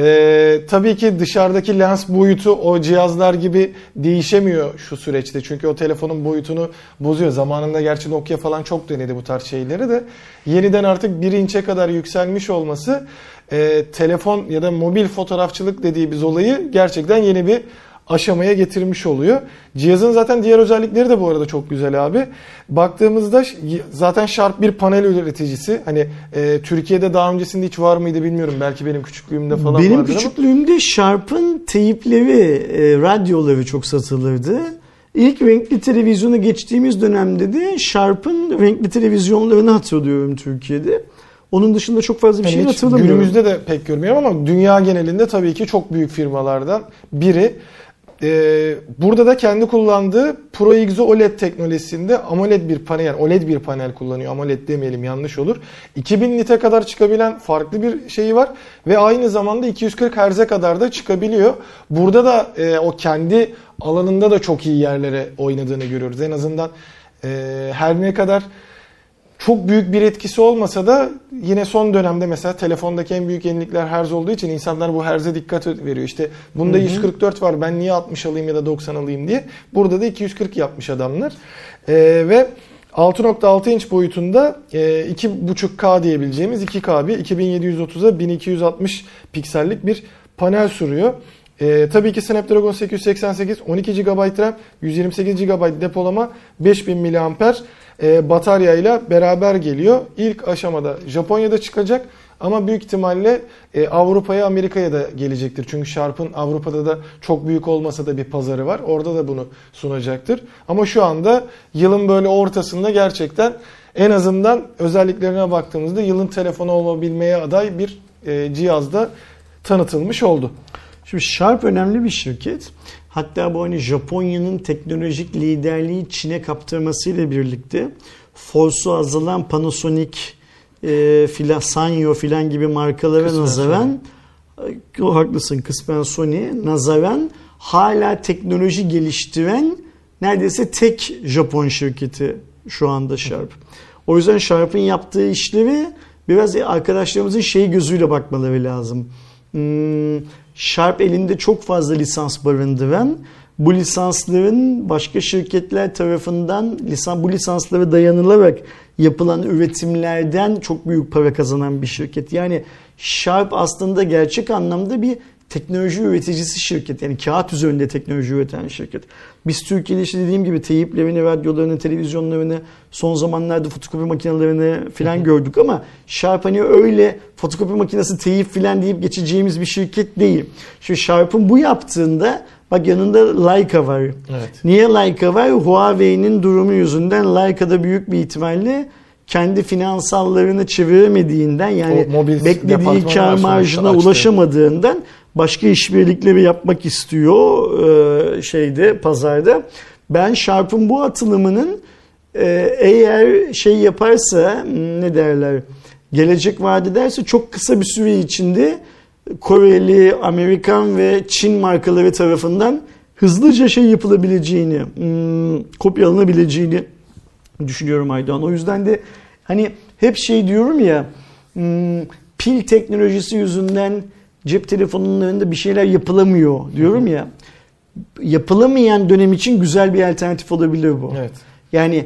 Ee, tabii ki dışarıdaki lens boyutu o cihazlar gibi değişemiyor şu süreçte. Çünkü o telefonun boyutunu bozuyor. Zamanında gerçi Nokia falan çok denedi bu tarz şeyleri de. Yeniden artık bir inçe kadar yükselmiş olması e, telefon ya da mobil fotoğrafçılık dediğimiz olayı gerçekten yeni bir aşamaya getirmiş oluyor. Cihazın zaten diğer özellikleri de bu arada çok güzel abi. Baktığımızda zaten Sharp bir panel üreticisi. Hani e, Türkiye'de daha öncesinde hiç var mıydı bilmiyorum. Belki benim küçüklüğümde falan vardır ama. Benim küçüklüğümde Sharp'ın teyipleri, e, radyoları çok satılırdı. İlk renkli televizyona geçtiğimiz dönemde de Sharp'ın renkli televizyonlarını hatırlıyorum Türkiye'de. Onun dışında çok fazla bir yani şey hatırlamıyorum. Günümüzde de pek görmüyorum ama dünya genelinde tabii ki çok büyük firmalardan biri. Ee, burada da kendi kullandığı Pro X O L E D teknolojisinde AMOLED bir panel, yani O L E D bir panel kullanıyor. AMOLED demeyelim, yanlış olur. iki bin nite kadar çıkabilen farklı bir şeyi var ve aynı zamanda iki yüz kırk hertz'e kadar da çıkabiliyor. Burada da e, o kendi alanında da çok iyi yerlere oynadığını görüyoruz. En azından e, her ne kadar çok büyük bir etkisi olmasa da yine son dönemde mesela telefondaki en büyük yenilikler hertz olduğu için insanlar bu hertz'e dikkat veriyor. İşte bunda hı hı. yüz kırk dört var, ben niye altmış alayım ya da doksan alayım diye. Burada da iki yüz kırk yapmış adamlar. Ee, ve altı nokta altı inç boyutunda e, iki buçuk K diyebileceğimiz iki K bir iki bin yedi yüz otuza bin iki yüz altmış piksellik bir panel sunuyor. Ee, tabii ki Snapdragon sekiz yüz seksen sekiz, on iki gigabayt RAM, yüz yirmi sekiz gigabayt depolama, beş bin miliamper e, bataryayla beraber geliyor. İlk aşamada Japonya'da çıkacak ama büyük ihtimalle e, Avrupa'ya, Amerika'ya da gelecektir. Çünkü Sharp'ın Avrupa'da da çok büyük olmasa da bir pazarı var. Orada da bunu sunacaktır. Ama şu anda yılın böyle ortasında gerçekten en azından özelliklerine baktığımızda yılın telefonu olabilmeye aday bir e, cihazda tanıtılmış oldu. Şimdi Sharp önemli bir şirket. Hatta bu hani Japonya'nın teknolojik liderliği Çin'e kaptırmasıyla birlikte forsu azalan Panasonic, e, filan, Sanyo filan gibi markalara kısmen nazaran Sony. O haklısın, kısmen Sony nazaran hala teknoloji geliştiren neredeyse tek Japon şirketi şu anda Sharp. O yüzden Sharp'ın yaptığı işleri biraz arkadaşlarımızın şey gözüyle bakmaları lazım. Hmm, Sharp elinde çok fazla lisans barındıran, bu lisansların başka şirketler tarafından lisan, bu lisanslara dayanılarak yapılan üretimlerden çok büyük para kazanan bir şirket. Yani Sharp aslında gerçek anlamda bir teknoloji üreticisi şirket. Yani kağıt üzerinde teknoloji üreten şirket. Biz Türkiye'de işte dediğim gibi teyiplerini, radyolarını, televizyonlarını, son zamanlarda fotokopi makinelerini falan gördük ama Sharp hani öyle fotokopi makinesi, teyip falan deyip geçeceğimiz bir şirket değil. Şu Sharp'ın bu yaptığında bak yanında Leica var. Evet. Niye Leica var? Huawei'nin durumu yüzünden Leica'da büyük bir ihtimalle kendi finansallarını çeviremediğinden, yani beklediği kar marjına ulaşamadığından başka işbirlikleri yapmak istiyor e, şeyde, pazarda. Ben Sharp'ın bu atılımının e, eğer şey yaparsa, ne derler, gelecek vaat ederse çok kısa bir süre içinde Koreli, Amerikan ve Çin markaları tarafından hızlıca şey yapılabileceğini, hmm, kopyalanabileceğini düşünüyorum Aydoğan. O yüzden de hani hep şey diyorum ya, hmm, pil teknolojisi yüzünden cep telefonunun önünde bir şeyler yapılamıyor diyorum ya. Yapılamayan dönem için güzel bir alternatif olabilir bu. Evet. Yani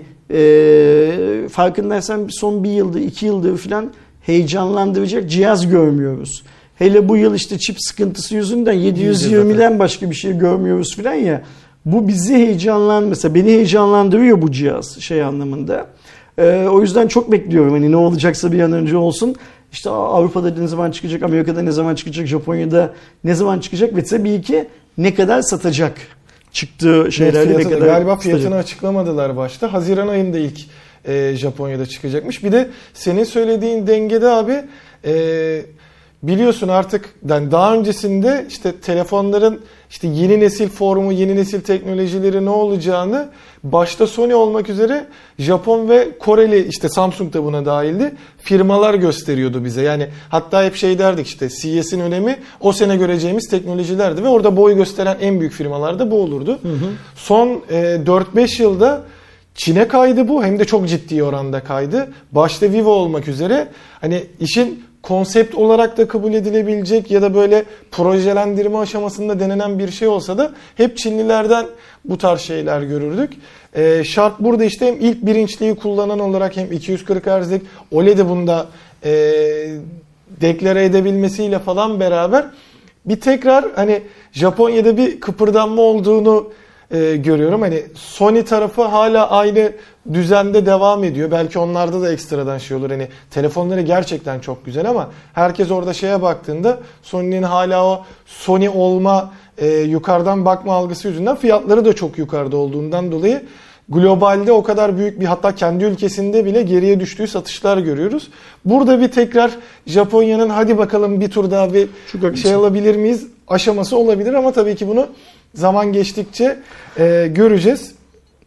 e, farkındaysan son bir yıldır, iki yıldır falan heyecanlandıracak cihaz görmüyoruz. Hele bu yıl işte çip sıkıntısı yüzünden yedi yüz yirmiden başka bir şey görmüyoruz falan ya. Bu bizi heyecanlan, mesela beni heyecanlandırıyor bu cihaz şey anlamında. Ee, o yüzden çok bekliyorum. Hani ne olacaksa bir an önce olsun. İşte Avrupa'da ne zaman çıkacak, Amerika'da ne zaman çıkacak, Japonya'da ne zaman çıkacak ve tabii ki ne kadar satacak çıktığı şeylerle ne kadar galiba satacak. Fiyatını açıklamadılar başta. Haziran ayında ilk e, Japonya'da çıkacakmış. Bir de senin söylediğin dengede abi e, biliyorsun artık yani daha öncesinde işte telefonların işte yeni nesil formu, yeni nesil teknolojileri ne olacağını başta Sony olmak üzere Japon ve Koreli, işte Samsung da buna dahildi, firmalar gösteriyordu bize. Yani hatta hep şey derdik, işte C E S'in önemi o sene göreceğimiz teknolojilerdi ve orada boy gösteren en büyük firmalar da bu olurdu. Hı hı. Son e, dört beş yılda Çin'e kaydı bu, hem de çok ciddi oranda kaydı. Başta Vivo olmak üzere hani işin konsept olarak da kabul edilebilecek ya da böyle projelendirme aşamasında denenen bir şey olsa da hep Çinlilerden bu tarz şeyler görürdük. Ee, şart burada işte hem ilk birinçliği kullanan olarak hem iki yüz kırk hertz'lik O L E D'yi bunda e, deklare edebilmesiyle falan beraber bir tekrar hani Japonya'da bir kıpırdanma olduğunu e, görüyorum. Hani Sony tarafı hala aynı düzende devam ediyor. Belki onlarda da ekstradan şey olur. Hani telefonları gerçekten çok güzel ama herkes orada şeye baktığında Sony'nin hala o Sony olma, e, yukarıdan bakma algısı yüzünden fiyatları da çok yukarıda olduğundan dolayı globalde o kadar büyük bir, hatta kendi ülkesinde bile geriye düştüğü satışlar görüyoruz. Burada bir tekrar Japonya'nın hadi bakalım bir tur daha bir Çok şey alabilir miyiz aşaması olabilir ama tabii ki bunu zaman geçtikçe e, göreceğiz.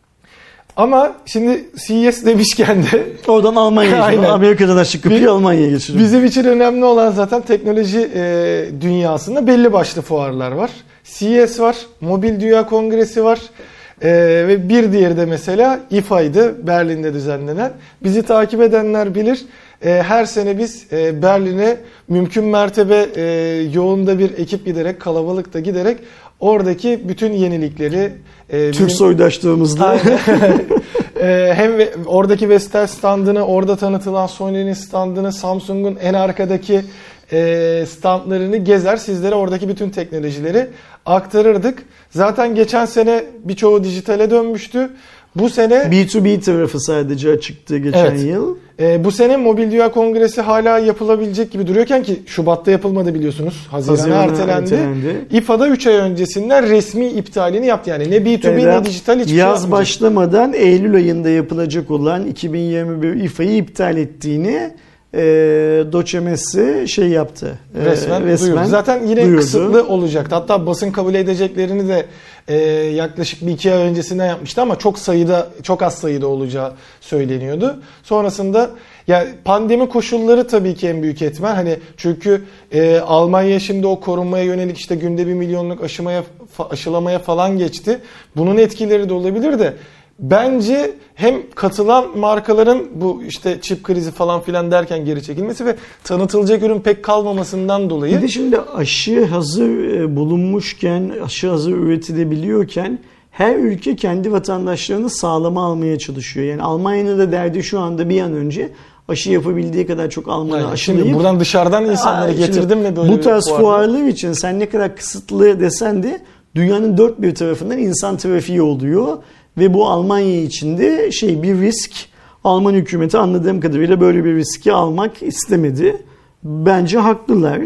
Ama şimdi C E S demişken de oradan Almanya'ya, Amerika'dan açık kapıyı Almanya'ya geçirelim. Bizim için önemli olan zaten teknoloji e, dünyasında belli başlı fuarlar var. C E S var, Mobil Dünya Kongresi var. Ee, ve bir diğeri de mesela I F A'ydı, Berlin'de düzenlenen. Bizi takip edenler bilir. Ee, her sene biz e, Berlin'e mümkün mertebe e, yoğunda bir ekip giderek, kalabalıkta giderek oradaki bütün yenilikleri e, Türk soydaşlığımızla e, hem oradaki Vestel standını, orada tanıtılan Sony'nin standını, Samsung'un en arkadaki e, standlarını gezer, sizlere oradaki bütün teknolojileri aktarırdık. Zaten geçen sene birçoğu dijitale dönmüştü. Bu sene B iki B tarafı sadece açıktı geçen evet. yıl. Ee, bu sene Mobil Dünya Kongresi hala yapılabilecek gibi duruyorken, ki Şubat'ta yapılmadı biliyorsunuz. Haziran'a, Haziran'a ertelendi. ertelendi. I F A'da üç ay öncesinden resmi iptalini yaptı. Yani ne B iki B evet. ne dijital hiçbir Yaz şey başlamadan Eylül ayında yapılacak olan iki bin yirmi bir I F A'yı iptal ettiğini e, Doçemesi şey yaptı. E, resmen, resmen duyurdu. Zaten yine duyurdu. Kısıtlı olacaktı. Hatta basın kabul edeceklerini de e, yaklaşık bir iki ay öncesinden yapmıştı ama çok sayıda, çok az sayıda olacağı söyleniyordu. Sonrasında ya pandemi koşulları tabii ki en büyük etmen. Hani çünkü e, Almanya şimdi o korunmaya yönelik işte günde bir milyonluk aşımaya, aşılamaya falan geçti. Bunun etkileri de olabilir de bence hem katılan markaların bu işte çip krizi falan filan derken geri çekilmesi ve tanıtılacak ürün pek kalmamasından dolayı. Bir de şimdi aşı hazır bulunmuşken, aşı hazır üretilebiliyorken her ülke kendi vatandaşlarını sağlama almaya çalışıyor. Yani Almanya'nın da derdi şu anda bir an önce aşı yapabildiği kadar çok Alman'a yani aşılayıp. Şimdi buradan dışarıdan insanları getirdin mi böyle? Bu tarz fuarlar için sen ne kadar kısıtlı desen de dünyanın dört bir tarafından insan trafiği oluyor. Ve bu Almanya için de şey bir risk. Alman hükümeti anladığım kadarıyla böyle bir riski almak istemedi. Bence haklılar.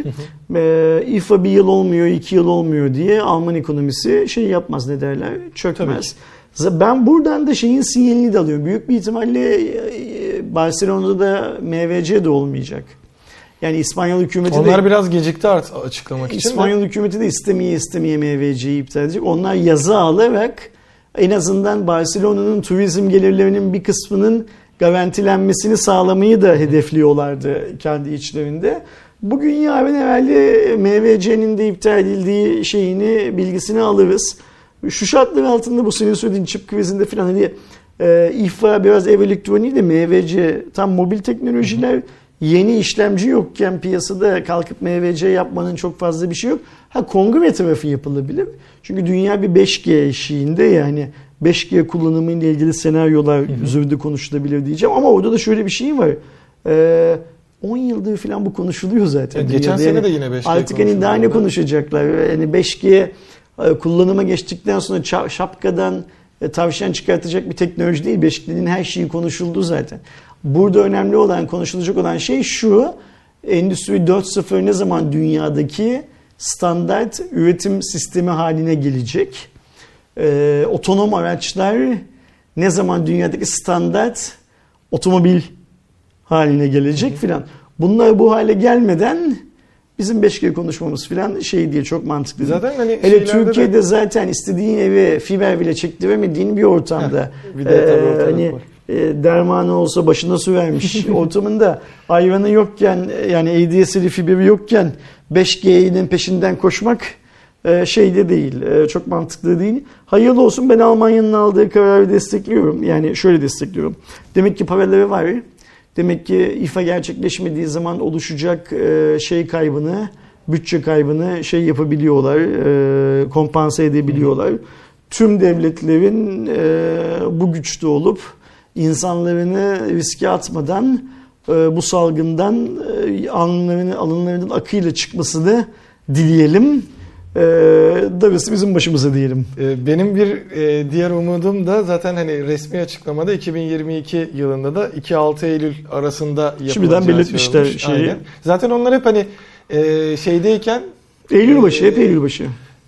e, I F A bir yıl olmuyor, iki yıl olmuyor diye Alman ekonomisi şey yapmaz, ne derler, çökmez. Ben buradan da şeyin sinyalini de alıyorum. Büyük bir ihtimalle Barcelona'da da M V C de olmayacak. Yani İspanyol hükümeti Onlar de, biraz gecikti artık açıklamak için. İspanyol de. hükümeti de istemeye istemeye M V C'yi iptal edecek. Onlar yazı alarak en azından Barcelona'nın turizm gelirlerinin bir kısmının garantilenmesini sağlamayı da hedefliyorlardı kendi içlerinde. Bugün yarın herhalde M V C'nin de iptal edildiği şeyini, bilgisini alırız. Şu şartlar altında bu senin söylediğin çip krizinde falan hani e, I F A biraz ev elektroniği de M V C tam mobil teknolojiler. yeni işlemci yokken piyasada kalkıp M V C yapmanın çok fazla bir şey yok. Ha kongre tarafı yapılabilir. Çünkü dünya bir beş G eşiğinde, yani beş G kullanımı ile ilgili senaryolar üzerinde konuşulabilir diyeceğim. Ama orada da şöyle bir şey var. Ee, on yıldır falan bu konuşuluyor zaten. E, geçen sene yani de yine beş G artık hani daha ne konuşacaklar? Yani beş G kullanıma geçtikten sonra şapkadan tavşan çıkartacak bir teknoloji değil. beş G'nin her şeyi konuşuldu zaten. Burada önemli olan, konuşulacak olan şey şu: Endüstri dört nokta sıfır ne zaman dünyadaki standart üretim sistemi haline gelecek? Ee, otonom araçlar ne zaman dünyadaki standart otomobil haline gelecek filan. Bunlar bu hale gelmeden bizim beş G konuşmamız filan şey diye çok mantıklı. Zaten hani hele Türkiye'de de zaten istediğin eve fiber bile çektiremediğin bir ortamda. Heh, bir de e, hani e, dermanı olsa başına su vermiş ortamında ayranı yokken, yani A D S L fiberi yokken beş G'nin peşinden koşmak e, şey de değil. E, çok mantıklı değil. Hayırlı olsun, ben Almanya'nın aldığı kararı destekliyorum. Yani şöyle destekliyorum. Demek ki paraları var. Demek ki İFA gerçekleşmediği zaman oluşacak şey kaybını, bütçe kaybını şey yapabiliyorlar, kompanse edebiliyorlar. Tüm devletlerin bu güçte olup insanlarını riske atmadan bu salgından alınlarının, alınlarının akıyla çıkmasını dileyelim. E, darısı bizim başımıza diyelim. Benim bir e, diğer umudum da zaten hani resmi açıklamada iki bin yirmi iki yılında da iki altı Eylül arasında yapılacağı şimdiden belirtmişler şeyi. Aynen. Zaten onlar hep hani e, şeydeyken Eylül başı, e, hep Eylül başı.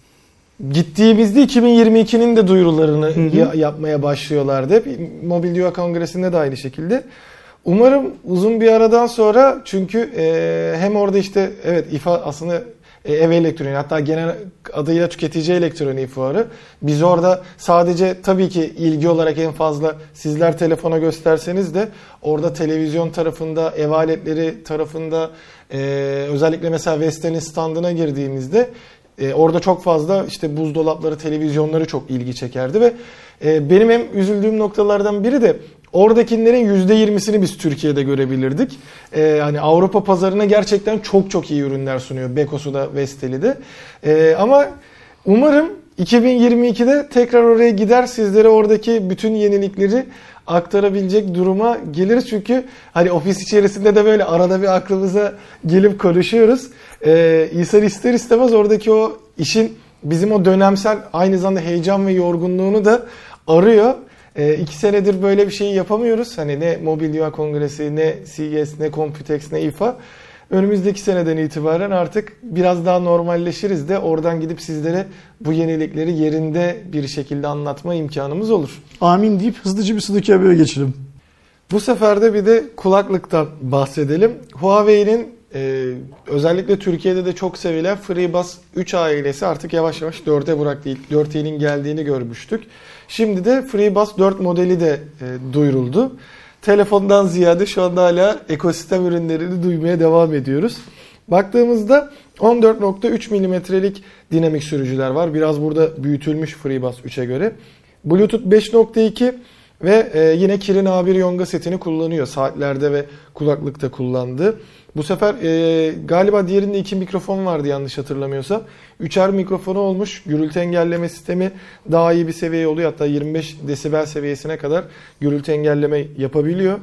Gittiğimizde iki bin yirmi ikinin de duyurularını hı hı. Ya, yapmaya başlıyorlardı. Hep Mobil Dünya Kongresi'nde de aynı şekilde. Umarım uzun bir aradan sonra, çünkü e, hem orada işte evet İFA aslında ev elektroniği, hatta genel adıyla tüketici elektroniği fuarı. Biz orada sadece tabii ki ilgi olarak en fazla sizler telefona gösterseniz de orada televizyon tarafında, ev aletleri tarafında, e, özellikle mesela Vestel'in standına girdiğimizde e, orada çok fazla işte buzdolapları, televizyonları çok ilgi çekerdi ve e, benim en üzüldüğüm noktalardan biri de oradakilerin yüzde yirmisini biz Türkiye'de görebilirdik. Ee, hani Avrupa pazarına gerçekten çok çok iyi ürünler sunuyor. Bekosu da, Vestel'i de. Ee, ama umarım iki bin yirmi ikide tekrar oraya gider, sizlere oradaki bütün yenilikleri aktarabilecek duruma geliriz. Çünkü hani ofis içerisinde de böyle arada bir aklımıza gelip konuşuyoruz. Ee, insan ister istemez oradaki o işin bizim o dönemsel aynı zamanda heyecan ve yorgunluğunu da arıyor. E, iki senedir böyle bir şeyi yapamıyoruz. Hani ne Mobil Dünya Kongresi, ne C E S, ne Computex, ne İFA. Önümüzdeki seneden itibaren artık biraz daha normalleşiriz de oradan gidip sizlere bu yenilikleri yerinde bir şekilde anlatma imkanımız olur. Amin deyip hızlıca bir sıradaki habere geçelim. Bu sefer de bir de kulaklıktan bahsedelim. Huawei'nin e, özellikle Türkiye'de de çok sevilen FreeBuds üç ailesi artık yavaş yavaş dörde bıraktı. İlk dört I'nin geldiğini görmüştük. Şimdi de FreeBuds dört modeli de e, duyuruldu. Telefondan ziyade şu anda hala ekosistem ürünlerini duymaya devam ediyoruz. Baktığımızda on dört nokta üç milimetrelik dinamik sürücüler var. Biraz burada büyütülmüş FreeBuds üçe göre. Bluetooth beş nokta iki ve e, yine Kirin A bir Yonga setini kullanıyor. Saatlerde ve kulaklıkta kullandığı. Bu sefer e, galiba diğerinde iki mikrofon vardı yanlış hatırlamıyorsam. Üçer mikrofonu olmuş. Gürültü engelleme sistemi daha iyi bir seviyeye oluyor. Hatta yirmi beş desibel seviyesine kadar gürültü engelleme yapabiliyor.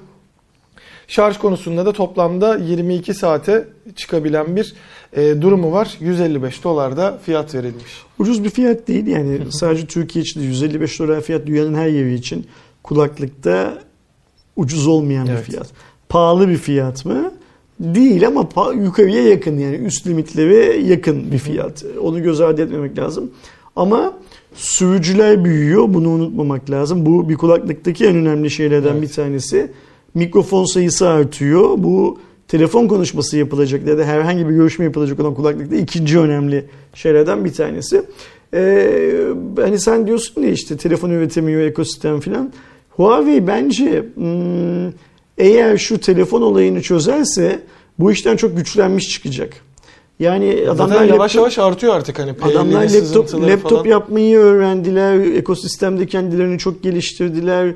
Şarj konusunda da toplamda yirmi iki saate çıkabilen bir e, durumu var. yüz elli beş dolarda fiyat verilmiş. Ucuz bir fiyat değil yani. Sadece Türkiye için de yüz elli beş dolar fiyat dünyanın her yeri için. Kulaklıkta ucuz olmayan evet. bir fiyat. Pahalı bir fiyat mı? Değil ama yukarıya yakın, yani üst limitlere yakın bir fiyat. Onu göz ardı etmemek lazım. Ama sürücüler büyüyor. Bunu unutmamak lazım. Bu bir kulaklıktaki en önemli şeylerden evet. bir tanesi. Mikrofon sayısı artıyor. Bu telefon konuşması yapılacak ya da herhangi bir görüşme yapılacak olan kulaklıkta ikinci önemli şeylerden bir tanesi. Ee, hani sen diyorsun ya işte telefon üretemiyor, ekosistem filan. Huawei bence hmm, eğer şu telefon olayını çözerse bu işten çok güçlenmiş çıkacak. Yani adamlar Zaten yavaş yavaş artıyor artık hani. Adamlar laptop laptop falan yapmayı öğrendiler. Ekosistemde kendilerini çok geliştirdiler.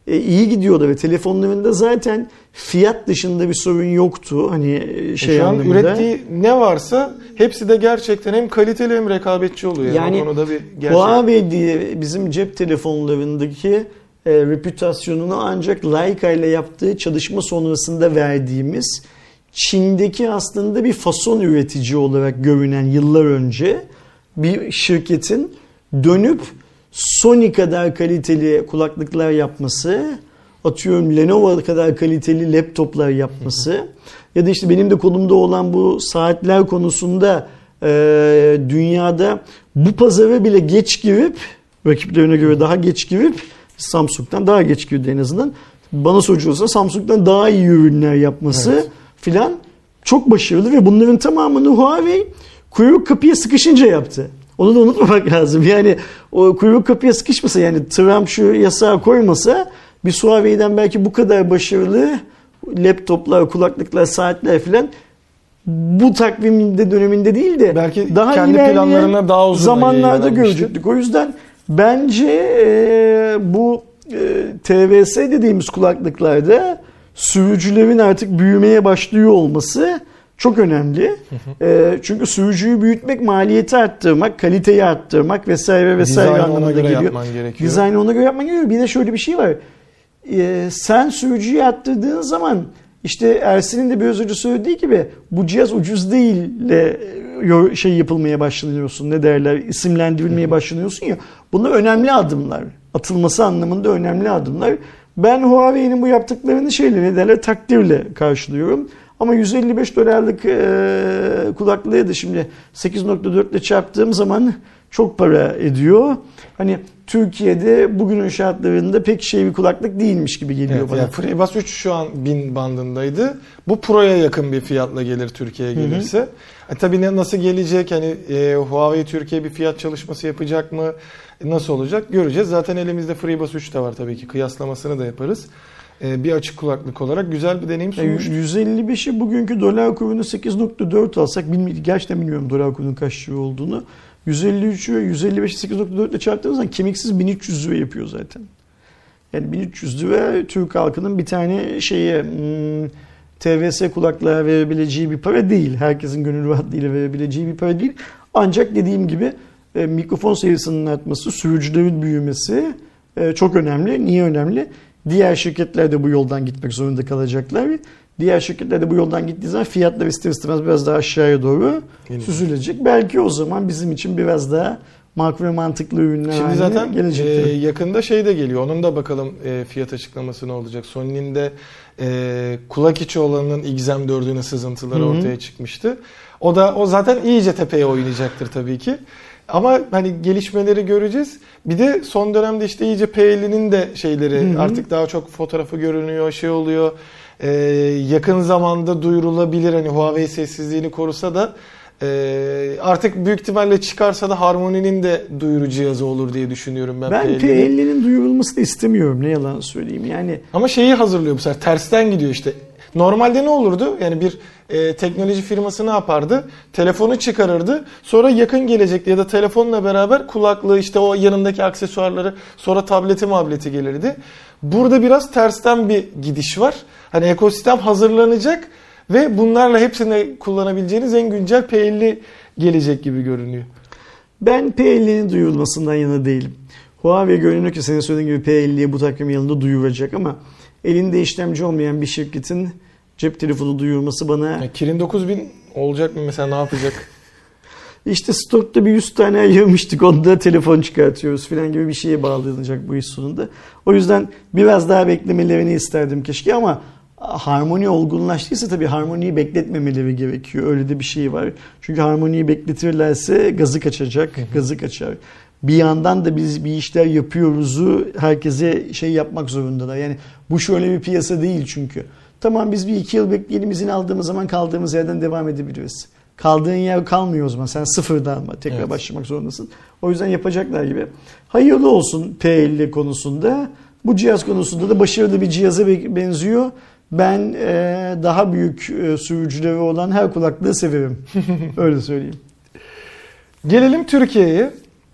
e, iyi gidiyordu ve telefonlarında zaten fiyat dışında bir sorun yoktu. Hani şey şu an anlamında. ürettiği ne varsa hepsi de gerçekten hem kaliteli hem rekabetçi oluyor. Yani, yani o konuda bir gerçek. Huawei diye bizim cep telefonlarındaki e, reputasyonunu ancak Leica ile yaptığı çalışma sonrasında verdiğimiz Çin'deki aslında bir fason üretici olarak görünen yıllar önce bir şirketin dönüp Sony kadar kaliteli kulaklıklar yapması, atıyorum Lenovo kadar kaliteli laptoplar yapması ya da işte benim de konumda olan bu saatler konusunda e, dünyada bu pazara bile geç girip, rakiplerine göre daha geç girip, Samsung'dan daha geç girdi en azından. Bana soruyorsa Samsung'dan daha iyi ürünler yapması evet. filan çok başarılı ve bunların tamamını Huawei kuyruk kapıya sıkışınca yaptı. Onu da unutmamak lazım. Yani o kuyruk kapıya sıkışmasa, yani Trump şu yasağı koymasa bir Huawei'den belki bu kadar başarılı laptoplar, kulaklıklar, saatler filan bu takvimde döneminde değil de belki daha kendi planlarına daha uzun zamanlarda görecektik. O yüzden bence e, bu e, T V S dediğimiz kulaklıklarda sürücülerin artık büyümeye başlıyor olması çok önemli. E, çünkü sürücüyü büyütmek, maliyeti arttırmak, kaliteyi arttırmak vesaire vesaire Dizaynı anlamına ona göre geliyor. yapman gerekiyor. Dizaynı ona göre yapman gerekiyor. Bir de şöyle bir şey var. E, sen sürücüyü arttırdığın zaman işte Ersin'in de biraz önce söylediği gibi bu cihaz ucuz değil de şey yapılmaya başlanıyorsun. Ne derler? İsimlendirilmeye başlanıyorsun ya. Bunlar önemli adımlar. Atılması anlamında önemli adımlar. Ben Huawei'nin bu yaptıklarını şeyle ne derler takdirle karşılıyorum. Ama yüz elli beş dolarlık e, kulaklığı da şimdi sekiz nokta dört ile çarptığım zaman çok para ediyor. Hani Türkiye'de bugünün şartlarında pek şey bir kulaklık değilmiş gibi geliyor evet, bana. Yani FreeBuds üç şu an bin bandındaydı. Bu Pro'ya yakın bir fiyatla gelir Türkiye'ye gelirse. Hı hı. E, tabii ne, nasıl gelecek? Hani e, Huawei Türkiye bir fiyat çalışması yapacak mı? E, nasıl olacak? Göreceğiz. Zaten elimizde FreeBuds üç de var tabii ki. Kıyaslamasını da yaparız. E, bir açık kulaklık olarak güzel bir deneyim sunmuş. E, yüz elli beşi bugünkü dolar kurunu sekiz nokta dört alsak, bilmiyorum, gerçekten bilmiyorum dolar kurunun kaç lira olduğunu. yüz elli üçü yüz elli beşi sekiz nokta dört ile çarptığımız zaman kemiksiz bin üç yüz lira yapıyor zaten. Yani bin üç yüz lira Türk halkının bir tane şeye hmm, T V S kulaklığa verebileceği bir para değil. Herkesin gönül rahatlığıyla verebileceği bir para değil. Ancak dediğim gibi e, mikrofon sayısının artması, sürücülerin büyümesi e, çok önemli. Niye önemli? Diğer şirketler de bu yoldan gitmek zorunda kalacaklar. Diğer şirketler de bu yoldan gittiği zaman fiyatlar ister istemez biraz daha aşağıya doğru Yine. süzülecek. Belki o zaman bizim için biraz daha makul ve mantıklı ürünler Şimdi zaten e, yakında şey de geliyor. Onun da bakalım e, fiyat açıklaması ne olacak. Sony'nin de e, kulak içi olanının X M dördünün sızıntıları Hı-hı. ortaya çıkmıştı. O da o zaten iyice tepeye oynayacaktır tabii ki. Ama hani gelişmeleri göreceğiz. Bir de son dönemde işte iyice P elli'nin de şeyleri Hı-hı. artık daha çok fotoğrafı görünüyor, şey oluyor. Ee, yakın zamanda duyurulabilir. Hani Huawei sessizliğini korusa da e, artık büyük ihtimalle çıkarsa da Harmony'nin de duyuru cihazı olur diye düşünüyorum ben. Ben P elli'nin duyurulmasını da istemiyorum, ne yalan söyleyeyim. Yani ama şeyi hazırlıyor bu sefer. Tersten gidiyor işte. Normalde ne olurdu? Yani bir e, teknoloji firması ne yapardı? Telefonu çıkarırdı. Sonra yakın gelecekti ya da telefonla beraber kulaklığı, işte o yanındaki aksesuarları, sonra tableti mableti gelirdi. Burada biraz tersten bir gidiş var. Hani ekosistem hazırlanacak ve bunlarla hepsini kullanabileceğiniz en güncel P elli gelecek gibi görünüyor. Ben P elli'nin duyurulmasından yana değilim. Huawei görünüyor ki senin söylediğin gibi P elli'yi bu takvim yılında duyuracak ama elinde işlemci olmayan bir şirketin cep telefonu duyurması bana... Ya Kirin dokuz bin olacak mı mesela, ne yapacak? İşte stokta bir yüz tane ayırmıştık, onda telefon çıkartıyoruz falan gibi bir şeye bağlanacak bu iş sonunda. O yüzden biraz daha beklemelerini isterdim keşke ama Harmony olgunlaştıysa tabii Harmony'yi bekletmemeleri gerekiyor. Öyle de bir şey var. Çünkü Harmony'yi bekletirlerse gazı kaçacak, gazı kaçar. Bir yandan da biz bir işler yapıyoruzu herkese şey yapmak zorundalar. Yani bu şöyle bir piyasa değil çünkü. Tamam, biz bir iki yıl bekleyelim, izin aldığımız zaman kaldığımız yerden devam edebiliriz. Kaldığın yer kalmıyor o zaman. Sen sıfırdan tekrar evet. başlamak zorundasın. O yüzden yapacaklar gibi. Hayırlı olsun P elli konusunda. Bu cihaz konusunda da başarılı bir cihaza benziyor. Ben e, daha büyük e, sürücüleri olan her kulaklığı severim. Öyle söyleyeyim. Gelelim Türkiye'ye.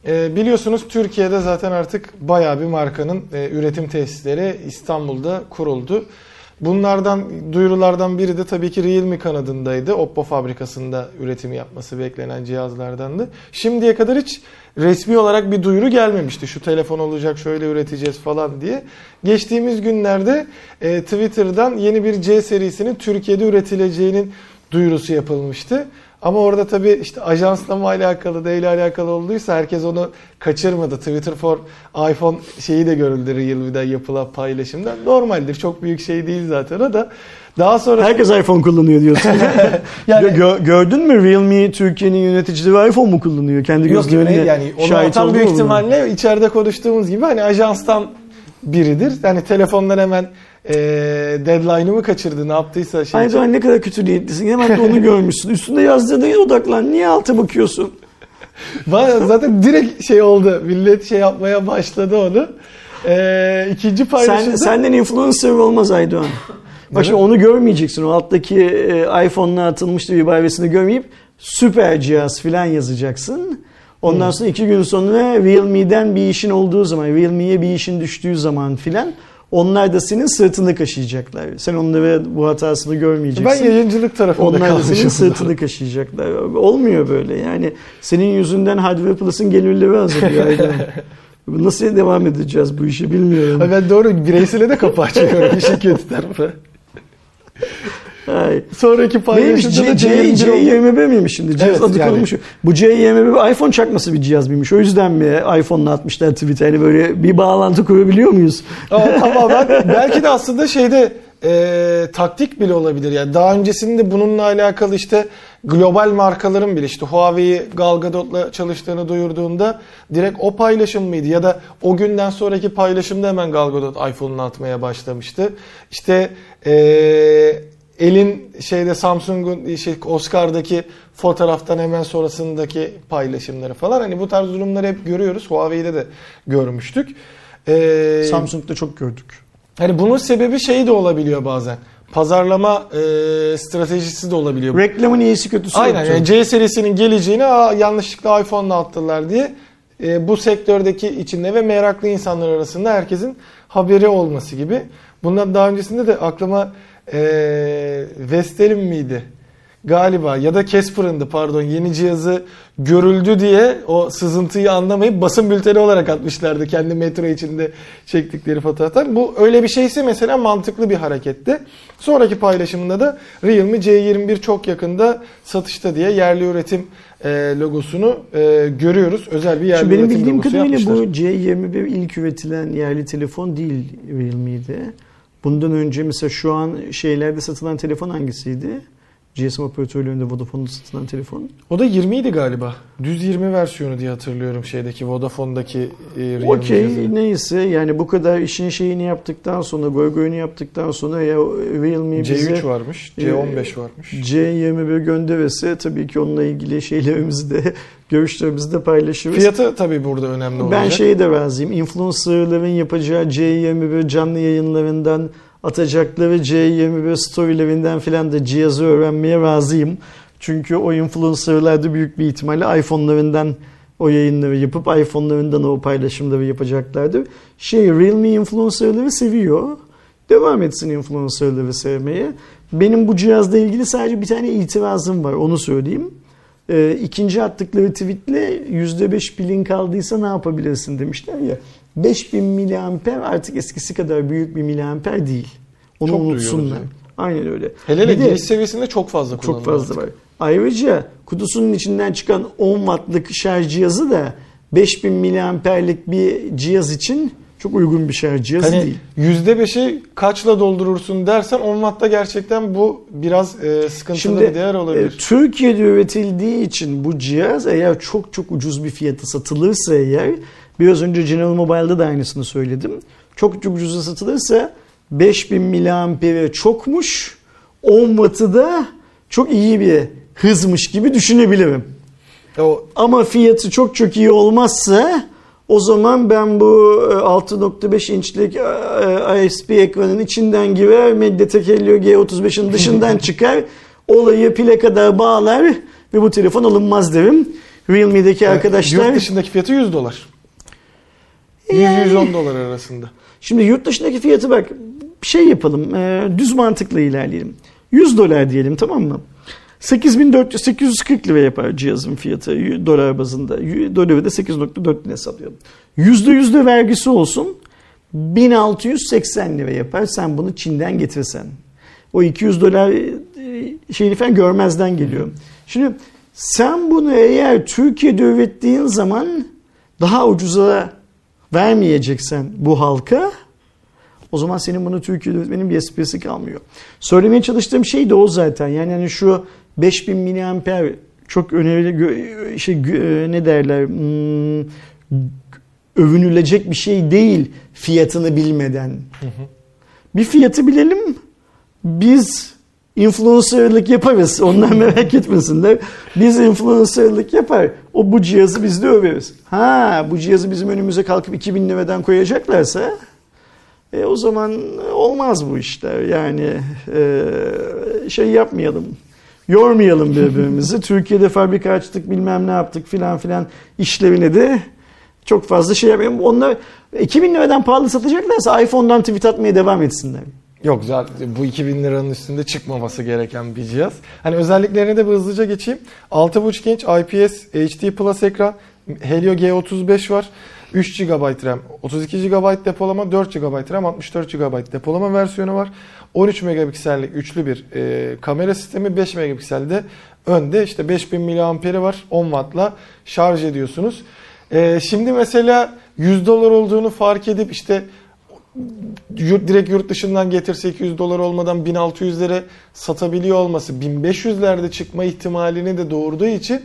E, biliyorsunuz Türkiye'de zaten artık bayağı bir markanın e, üretim tesisleri İstanbul'da kuruldu. Bunlardan, duyurulardan biri de tabii ki Realme kanadındaydı. Oppo fabrikasında üretimi yapması beklenen cihazlardandı. Şimdiye kadar hiç resmi olarak bir duyuru gelmemişti. Şu telefon olacak, şöyle üreteceğiz falan diye. Geçtiğimiz günlerde e, Twitter'dan yeni bir C serisinin Türkiye'de üretileceğinin duyurusu yapılmıştı. Ama orada tabii işte ajansla mı alakalı, değil alakalı olduysa herkes onu kaçırmadı. Twitter for iPhone şeyi de görüldü Realme'den yapılan paylaşımda. Normaldir, çok büyük şey değil zaten o da. Daha sonra herkes iPhone kullanıyor diyorsun. yani Gö- gördün mü Realme Türkiye'nin yöneticileri iPhone mu kullanıyor? Kendi gözlerine yok, yani şahit onu büyük ihtimalle içeride konuştuğumuz gibi hani ajanstan biridir. Yani telefondan hemen e, deadline'ı mı kaçırdı, ne yaptıysa şey. Aynen, ne kadar kötü niyetlisin. Hemen de onu görmüşsün. Üstünde yazdığına odaklan. Niye alta bakıyorsun? Zaten direkt şey oldu. Millet şey yapmaya başladı onu. Ee, ikinci paylaşımda... Sen, senden influencer olmaz Aydoğan. Bak şimdi onu görmeyeceksin. O alttaki e, iPhone'la atılmıştı bir ibaresini görmeyip süper cihaz falan yazacaksın. Ondan hmm. sonra iki gün sonra Realme'den bir işin olduğu zaman, Realme'ye bir işin düştüğü zaman filan onlar da senin sırtını kaşıyacaklar. Sen onlara bu hatasını görmeyeceksin. Ben yayıncılık tarafında onlar kalmışım. da senin sırtını kaşıyacaklar. Olmuyor böyle. Yani senin yüzünden Hardware Plus'ın gelirleri azalıyor. Nasıl devam edeceğiz bu işi bilmiyorum. Ben doğru bireysele de kapı açıyorum işin kötü tarafı. Ay. Sonraki paylaşımda da C yirmi bir miymiş şimdi? Cihaz evet, adı yani. konulmuş. Bu C yirmi bir iPhone çakması bir cihaz mıymış? O yüzden mi iPhone'la atmışlar Twitter'e? Yani böyle bir bağlantı kurabiliyor muyuz? Ama ben belki de aslında şeyde e, taktik bile olabilir. Yani daha öncesinde bununla alakalı işte global markaların bile işte Huawei'yi Gal Gadot'la çalıştığını duyurduğunda direkt o paylaşım mıydı? Ya da o günden sonraki paylaşımda hemen Gal Gadot iPhone'unu atmaya başlamıştı. İşte eee elin şeyde Samsung'un şey, Oscar'daki fotoğraftan hemen sonrasındaki paylaşımları falan. Hani bu tarz durumları hep görüyoruz. Huawei'de de görmüştük. Ee, Samsung'da çok gördük. Hani bunun sebebi şey de olabiliyor bazen. Pazarlama e, stratejisi de olabiliyor. Reklamın iyisi kötüsü. Aynen. Yani C serisinin geleceğini Aa, yanlışlıkla iPhone'la attılar diye e, bu sektördeki içinde ve meraklı insanlar arasında herkesin haberi olması gibi. Bundan daha öncesinde de aklıma Ee, Vestel'in miydi? Galiba ya da Casper'ındı pardon yeni cihazı görüldü diye o sızıntıyı anlamayıp basın bülteni olarak atmışlardı kendi metro içinde çektikleri fotoğraflar. Bu öyle bir şeyse mesela mantıklı bir hareketti. Sonraki paylaşımında da Realme C yirmi bir çok yakında satışta diye yerli üretim e, logosunu e, görüyoruz. Özel bir yerli Şimdi üretim benim bildiğim logosu kadarıyla yapmışlar. bu C yirmi bir ilk üretilen yerli telefon değil Realme'de. Bundan önce mesela şu an şeylerde satılan telefon hangisiydi? G S M operatörlüğünde Vodafone'da satılan telefon. O da yirmi idi galiba. Düz yirmi versiyonu diye hatırlıyorum şeydeki Vodafone'daki e, okey neyse yani bu kadar işin şeyini yaptıktan sonra Gorgo'yu yaptıktan sonra ya Realme C üç bize, varmış, C on beş varmış. C yirmi bir gönderirse tabii ki onunla ilgili şeylerimizi de görüşlerimizi de paylaşırız. Fiyatı tabii burada önemli olacak. Ben şeye de razıyım. Influencerların yapacağı C yirmi bir canlı yayınlarından atacakları C yirmi bir storylerinden filan da cihazı öğrenmeye razıyım. Çünkü o influencerlar da büyük bir ihtimalle iPhone'larından o yayınları yapıp iPhone'larından o paylaşımları yapacaklardır. Şey Realme influencerları seviyor. Devam etsin influencerları sevmeye. Benim bu cihazla ilgili sadece bir tane itirazım var. Onu söyleyeyim. Ee, ikinci attıkları tweetle yüzde beş pilin kaldıysa ne yapabilirsin demişler ya. beş bin miliamper artık eskisi kadar büyük bir miliamper değil. Onu çok unutsunlar. Yani. Aynen öyle. Hele hele giriş seviyesinde çok fazla kullanılıyor. Çok fazla artık var. Ayrıca kutusunun içinden çıkan on wattlık şarj cihazı da beş bin miliamperlik bir cihaz için çok uygun bir şarj cihazı hani değil. yüzde beşi kaçla doldurursun dersen on watt'ta gerçekten bu biraz e, sıkıntılı Şimdi, bir değer olabilir. E, Türkiye'de üretildiği için bu cihaz eğer çok çok ucuz bir fiyata satılırsa eğer biraz önce General Mobile'da da aynısını söyledim. Çok çok ucuza satılırsa beş bin miliampere çokmuş, on wattı da çok iyi bir hızmış gibi düşünebilirim. O... Ama fiyatı çok çok iyi olmazsa o zaman ben bu altı nokta beş inçlik I S P ekranın içinden girer, Mediatek Helio G otuz beşin dışından çıkar, olayı pile kadar bağlar ve bu telefon alınmaz derim. Realme'deki arkadaşlar... Yurt dışındaki fiyatı yüz dolar. yüz yüz on dolar arasında. Şimdi yurt dışındaki fiyatı bak bir şey yapalım. E, düz mantıkla ilerleyelim. yüz dolar diyelim, tamam mı? sekiz bin dört yüz sekiz yüz kırk lira yapar cihazın fiyatı dolar bazında. Doları da sekiz nokta dört bin hesaplayalım. yüzde yüz de vergisi olsun. bin altı yüz seksen lira yapar. Sen bunu Çin'den getirsen. O iki yüz dolar şeyini falan görmezden geliyor. Şimdi sen bunu eğer Türkiye'de ürettiğin zaman daha ucuza vermeyeceksen bu halka, o zaman senin bunu Türkiye'de üretmenin bir esprisi kalmıyor. Söylemeye çalıştığım şey de o zaten. Yani hani şu beş bin miliamper çok önemli şey, ne derler, hmm, övünülecek bir şey değil fiyatını bilmeden. Hı hı. Bir fiyatı bilelim. Biz influencerlık yaparız. Onlar merak etmesinler. Biz influencerlık yapar. O bu cihazı biz de överiz. Ha, bu cihazı bizim önümüze kalkıp iki bin liradan koyacaklarsa e, o zaman olmaz bu işler. Yani e, şey yapmayalım. Yormayalım birbirimizi. Türkiye'de fabrika açtık, bilmem ne yaptık filan filan işlerine de çok fazla şey yapmayalım. Onlar iki bin liradan pahalı satacaklarsa iPhone'dan tweet atmaya devam etsinler. Yok, zaten bu iki bin liranın üstünde çıkmaması gereken bir cihaz. Hani özelliklerine de bir hızlıca geçeyim. altı buçuk inç I P S H D Plus ekran, Helio G otuz beş var. üç gigabayt RAM, otuz iki gigabayt depolama, dört gigabayt RAM, altmış dört gigabayt depolama versiyonu var. on üç megapiksellik üçlü bir e, kamera sistemi, beş megapikselde önde, işte beş bin miliamperi var. on wattla şarj ediyorsunuz. E, şimdi mesela yüz dolar olduğunu fark edip işte Yurt, direkt yurt dışından getirse iki yüz dolar olmadan bin altı yüzlere satabiliyor olması bin beş yüzlerde çıkma ihtimalini de doğurduğu için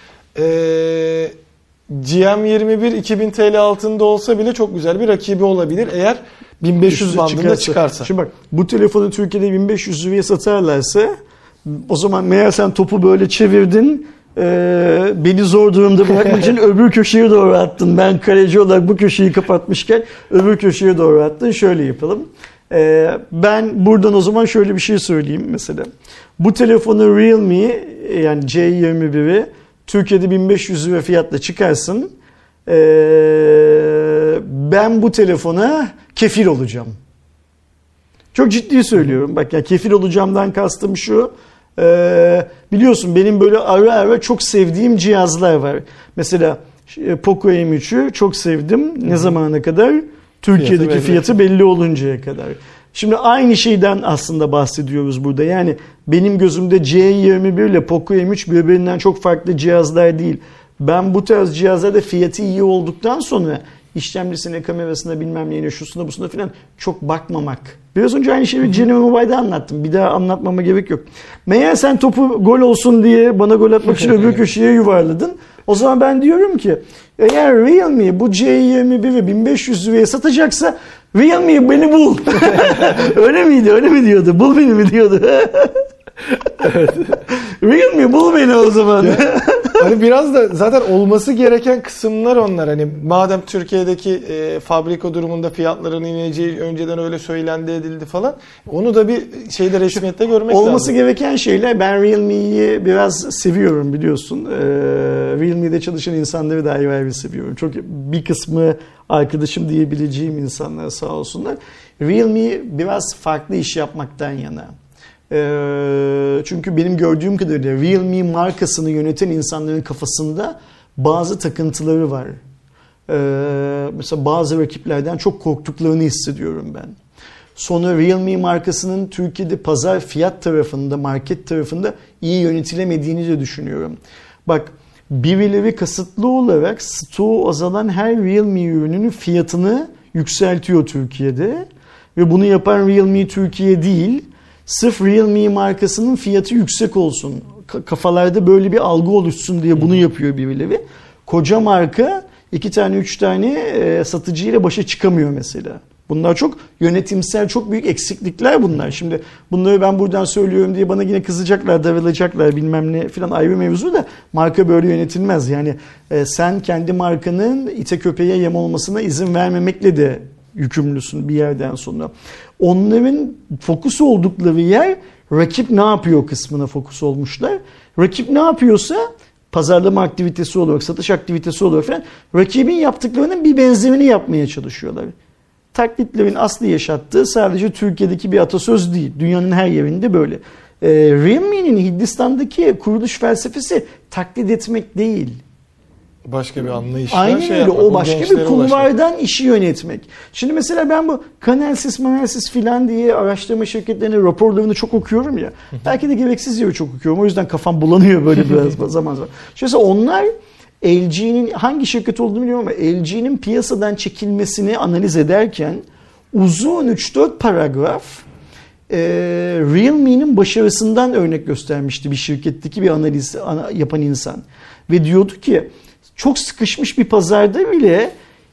ee, G M yirmi bir iki bin T L altında olsa bile çok güzel bir rakibi olabilir eğer bin beş yüz bandında çıkarsa. çıkarsa. Şimdi bak, bu telefonu Türkiye'de bin beş yüz liraya satarlarsa o zaman meğer sen topu böyle çevirdin, Ee, beni zor durumda bırakmak için öbür köşeye doğru attın. Ben kaleci olarak bu köşeyi kapatmışken öbür köşeye doğru attın. Şöyle yapalım. Ee, ben buradan o zaman şöyle bir şey söyleyeyim mesela. Bu telefonu Realme, yani C yirmi biri Türkiye'de bin beş yüz lira fiyatla çıkarsın. Ee, ben bu telefona kefil olacağım. Çok ciddi söylüyorum. Bak ya, kefil olacağımdan kastım şu. Ee, biliyorsun benim böyle ara ara çok sevdiğim cihazlar var. Mesela Poco M üçü çok sevdim. Ne Hı-hı. zamana kadar? Türkiye'deki fiyatı belli. fiyatı belli oluncaya kadar. Şimdi aynı şeyden aslında bahsediyoruz burada. Yani benim gözümde C yirmi bir ile Poco M üç birbirinden çok farklı cihazlar değil. Ben bu tarz cihazlarda fiyatı iyi olduktan sonra işlemcisine, kamerasına, bilmem neyine, şusuna, busuna filan çok bakmamak. Biraz önce aynı şeyi General Mobile'da anlattım. Bir daha anlatmama gerek yok. Meğer sen topu gol olsun diye bana gol atmak için öbür köşeye yuvarladın. O zaman ben diyorum ki eğer Realme bu C yirmi biri bin beş yüz liraya satacaksa Realme beni bul. Öyle miydi? Öyle mi diyordu? Bul beni mi diyordu? Evet. Realme bul beni o zaman. Hani biraz da zaten olması gereken kısımlar onlar. Hani madem Türkiye'deki e, fabrika durumunda fiyatların ineceği önceden öyle söylendi, edildi falan. Onu da bir şeyde, resmiyette görmek olması lazım. Olması gereken şeyler. Ben Realme'yi biraz seviyorum biliyorsun. Ee, Realme'de çalışan insanları da ayrı seviyorum. Çok bir kısmı arkadaşım diyebileceğim insanlar sağ olsunlar. Realme biraz farklı iş yapmaktan yana. Çünkü benim gördüğüm kadarıyla Realme markasını yöneten insanların kafasında bazı takıntıları var. Mesela bazı rakiplerden çok korktuklarını hissediyorum ben. Sonra Realme markasının Türkiye'de pazar fiyat tarafında, market tarafında iyi yönetilemediğini de düşünüyorum. Bak, birileri kasıtlı olarak stoğu azalan her Realme ürününün fiyatını yükseltiyor Türkiye'de. Ve bunu yapan Realme Türkiye değil. Sırf Realme markasının fiyatı yüksek olsun, kafalarda böyle bir algı oluşsun diye bunu yapıyor birileri. Koca marka iki tane üç tane satıcıyla başa çıkamıyor mesela. Bunlar çok yönetimsel, çok büyük eksiklikler bunlar. Şimdi bunları ben buradan söylüyorum diye bana yine kızacaklar, darılacaklar, bilmem ne filan, ayrı mevzu da marka böyle yönetilmez. Yani sen kendi markanın ite köpeğe yem olmasına izin vermemekle de yükümlüsün bir yerden sonra. Onların fokus oldukları yer rakip ne yapıyor kısmına fokus olmuşlar. Rakip ne yapıyorsa pazarlama aktivitesi olarak, satış aktivitesi olarak falan rakibin yaptıklarının bir benzerini yapmaya çalışıyorlar. Taklitlerin aslı yaşattığı sadece Türkiye'deki bir atasöz değil. Dünyanın her yerinde böyle. Ee, Realme'nin Hindistan'daki kuruluş felsefesi taklit etmek değil. Başka bir anlayışla Aynen şey öyle. yapmak, O başka bir kulvardan ulaşmak. işi yönetmek. Şimdi mesela ben bu Canalys, Manalys filan diye araştırma şirketlerinin raporlarını çok okuyorum ya. Belki de gereksiz yere çok okuyorum. O yüzden kafam bulanıyor böyle biraz zaman zaman. Şimdi onlar L G'nin hangi şirket olduğunu bilmiyorum ama L G'nin piyasadan çekilmesini analiz ederken uzun üç dört paragraf e, Realme'nin başarısından örnek göstermişti bir şirketteki bir analiz ana, yapan insan. Ve diyordu ki çok sıkışmış bir pazarda bile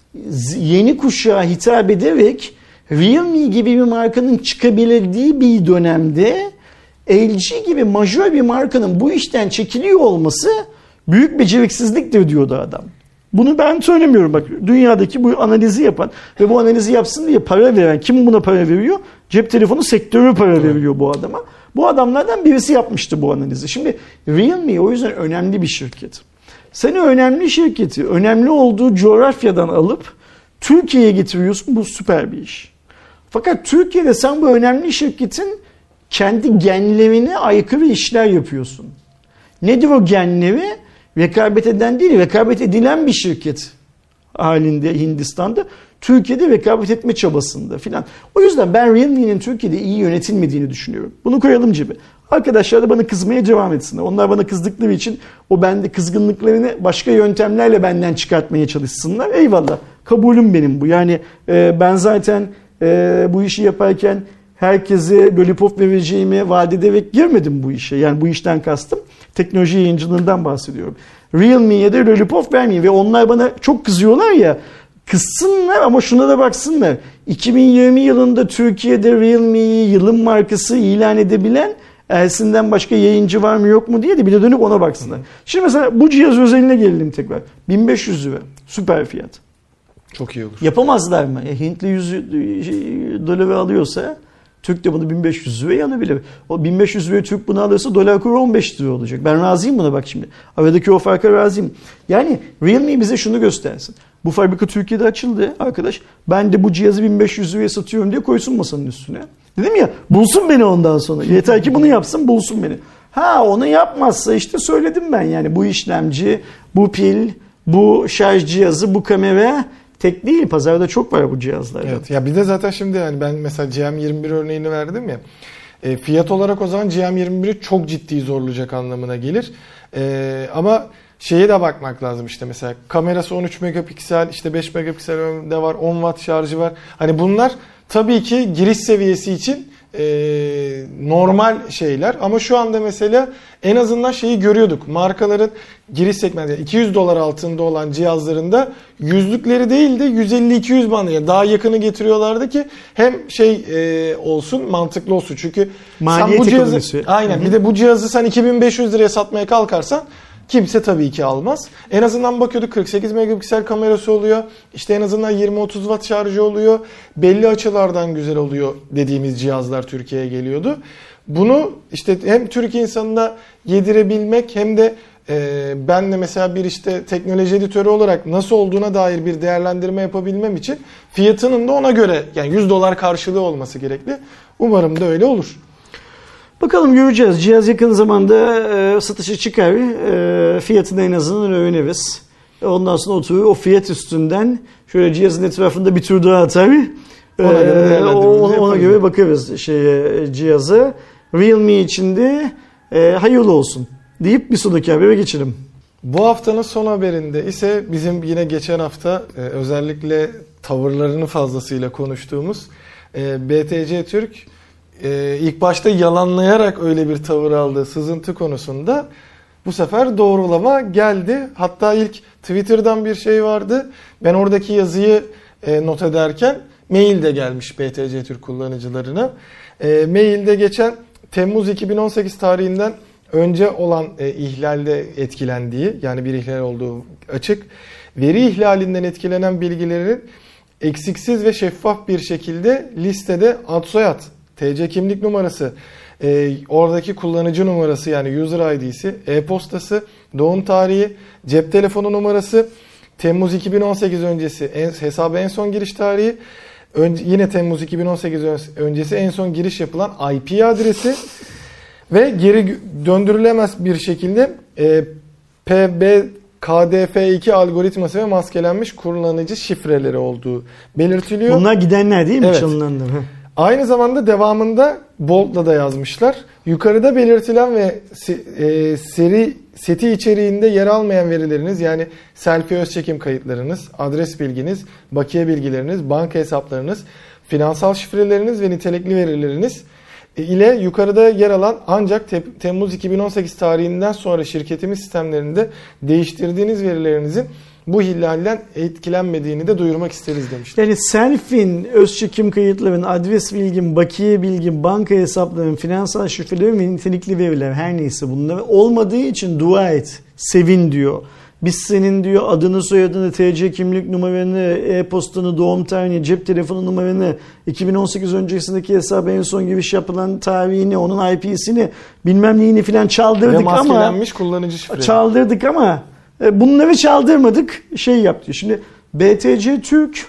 yeni kuşağa hitap ederek Realme gibi bir markanın çıkabildiği bir dönemde L G gibi majör bir markanın bu işten çekiliyor olması büyük beceriksizliktir diyordu adam. Bunu ben söylemiyorum bak. Dünyadaki bu analizi yapan ve bu analizi yapsın diye para veren, kim buna para veriyor? Cep telefonu sektörü para evet. veriyor bu adama. Bu adamlardan birisi yapmıştı bu analizi. Şimdi Realme o yüzden önemli bir şirket. Seni önemli şirketi, önemli olduğu coğrafyadan alıp Türkiye'ye getiriyorsun. Bu süper bir iş. Fakat Türkiye'de sen bu önemli şirketin kendi genlerine aykırı işler yapıyorsun. Nedir o genleri? Rekabet eden değil, rekabet edilen bir şirket halinde Hindistan'da. Türkiye'de rekabet etme çabasında filan. O yüzden ben Realme'nin Türkiye'de iyi yönetilmediğini düşünüyorum. Bunu koyalım cebe. Arkadaşlar da bana kızmaya devam etsinler. Onlar bana kızdıkları için o bende kızgınlıklarını başka yöntemlerle benden çıkartmaya çalışsınlar. Eyvallah. Kabulüm benim bu. Yani e, ben zaten e, bu işi yaparken herkese lollipop vereceğimi vaat ederek girmedim bu işe. Yani bu işten kastım teknoloji yayıncılığından bahsediyorum. Realme'ye de lollipop vermeyin ve onlar bana çok kızıyorlar ya. Kızsınlar ama şuna da baksınlar. iki bin yirmi yılında Türkiye'de Realme'yi yılın markası ilan edebilen Ersin'den başka yayıncı var mı yok mu diye de bir de dönüp ona baksınlar. Şimdi mesela bu cihaz özeline gelelim tekrar. bin beş yüz lira. Süper fiyat. Çok iyi olur. Yapamazlar mı? E, Hintli yüz doları alıyorsa Türk de bunu bin beş yüz liraya alabilir. O bin beş yüz liraya Türk bunu alırsa dolar kuru on beş lira olacak. Ben razıyım buna bak şimdi. Aradaki o farka razıyım. Yani Realme bize şunu göstersin. Bu fabrika Türkiye'de açıldı arkadaş. Ben de bu cihazı bin beş yüz liraya satıyorum diye koysun masanın üstüne. Dedim ya bulsun beni ondan sonra. Yeter ki bunu yapsın bulsun beni. Ha onu yapmazsa işte söyledim ben yani bu işlemci, bu pil, bu şarj cihazı, bu kamera tek değil. Pazarda çok var bu cihazlar. Evet ya bir de zaten şimdi yani ben mesela G M yirmi bir örneğini verdim ya. E, fiyat olarak o zaman G M yirmi biri çok ciddi zorlayacak anlamına gelir. E, ama şeye de bakmak lazım işte mesela kamerası on üç megapiksel, işte beş megapiksel de var, on watt şarjı var. Hani bunlar tabii ki giriş seviyesi için e, normal şeyler ama şu anda mesela en azından şeyi görüyorduk. Markaların giriş segmenti iki yüz dolar altında olan cihazlarında yüzlükleri değil de yüz elli iki yüz bandına daha yakını getiriyorlardı ki hem şey e, olsun mantıklı olsun. Çünkü maliyet sen bu cihazı ekonomisi. aynen Hı-hı. bir de bu cihazı sen iki bin beş yüz liraya satmaya kalkarsan kimse tabii ki almaz. En azından bakıyorduk kırk sekiz megapiksel kamerası oluyor. İşte en azından yirmi otuz watt şarjı oluyor. Belli açılardan güzel oluyor dediğimiz cihazlar Türkiye'ye geliyordu. Bunu işte hem Türk insanına yedirebilmek hem de e, ben de mesela bir işte teknoloji editörü olarak nasıl olduğuna dair bir değerlendirme yapabilmem için fiyatının da ona göre yani yüz dolar karşılığı olması gerekli. Umarım da öyle olur. Bakalım göreceğiz. Cihaz yakın zamanda e, satışa çıkar. E, fiyatını en azından öğreniriz. Ondan sonra oturur o fiyat üstünden şöyle cihazın etrafında bir tur daha atar. Ona e, göre, ona, ona göre bakarız şeye, cihaza. Realme için de e, hayırlı olsun deyip bir sonraki habere geçelim. Bu haftanın son haberinde ise bizim yine geçen hafta e, özellikle tavırlarını fazlasıyla konuştuğumuz e, B T C Türk Ee, ilk başta yalanlayarak öyle bir tavır aldığı sızıntı konusunda bu sefer doğrulama geldi. Hatta ilk Twitter'dan bir şey vardı. Ben oradaki yazıyı e, not ederken mail de gelmiş B T C Türk kullanıcılarına. E, mailde geçen Temmuz iki bin on sekiz tarihinden önce olan e, ihlalde etkilendiği yani bir ihlal olduğu açık. Veri ihlalinden etkilenen bilgilerin eksiksiz ve şeffaf bir şekilde listede ad soyad, T C kimlik numarası, e, oradaki kullanıcı numarası yani user I D'si, e-postası, doğum tarihi, cep telefonu numarası, Temmuz iki bin on sekiz öncesi en, hesaba en son giriş tarihi, önce, yine Temmuz iki bin on sekiz öncesi en son giriş yapılan I P adresi ve geri döndürülemez bir şekilde e, P B K D F iki algoritması ve maskelenmiş kullanıcı şifreleri olduğu belirtiliyor. Bunlar gidenler değil mi? Evet. Çalınanlar. Aynı zamanda devamında bold'la da yazmışlar. Yukarıda belirtilen ve e, seri seti içeriğinde yer almayan verileriniz, yani selfie öz çekim kayıtlarınız, adres bilginiz, bakiye bilgileriniz, banka hesaplarınız, finansal şifreleriniz ve nitelikli verileriniz ile yukarıda yer alan ancak te- Temmuz iki bin on sekiz tarihinden sonra şirketimiz sistemlerinde değiştirdiğiniz verilerinizin bu ihlalden etkilenmediğini de duyurmak isteriz demişler. Yani selfie'in, öz çekim kayıtların, adres bilgin, bakiye bilgin, banka hesapların, finansal şifrelerin ve nitelikli veriler, her neyse bunlar olmadığı için dua et, sevin diyor. Biz senin diyor adını, soyadını, T C kimlik numaranı, e-postanı, doğum tarihini, cep telefonu numaranı, iki bin on sekiz öncesindeki hesaba en son giriş yapılan tarihini, onun I P'sini, bilmem neyini filan çaldırdık ama maskelenmiş kullanıcı şifreleri. Çaldırdık ama bunları çaldırmadık, şey yaptı. Şimdi B T C Türk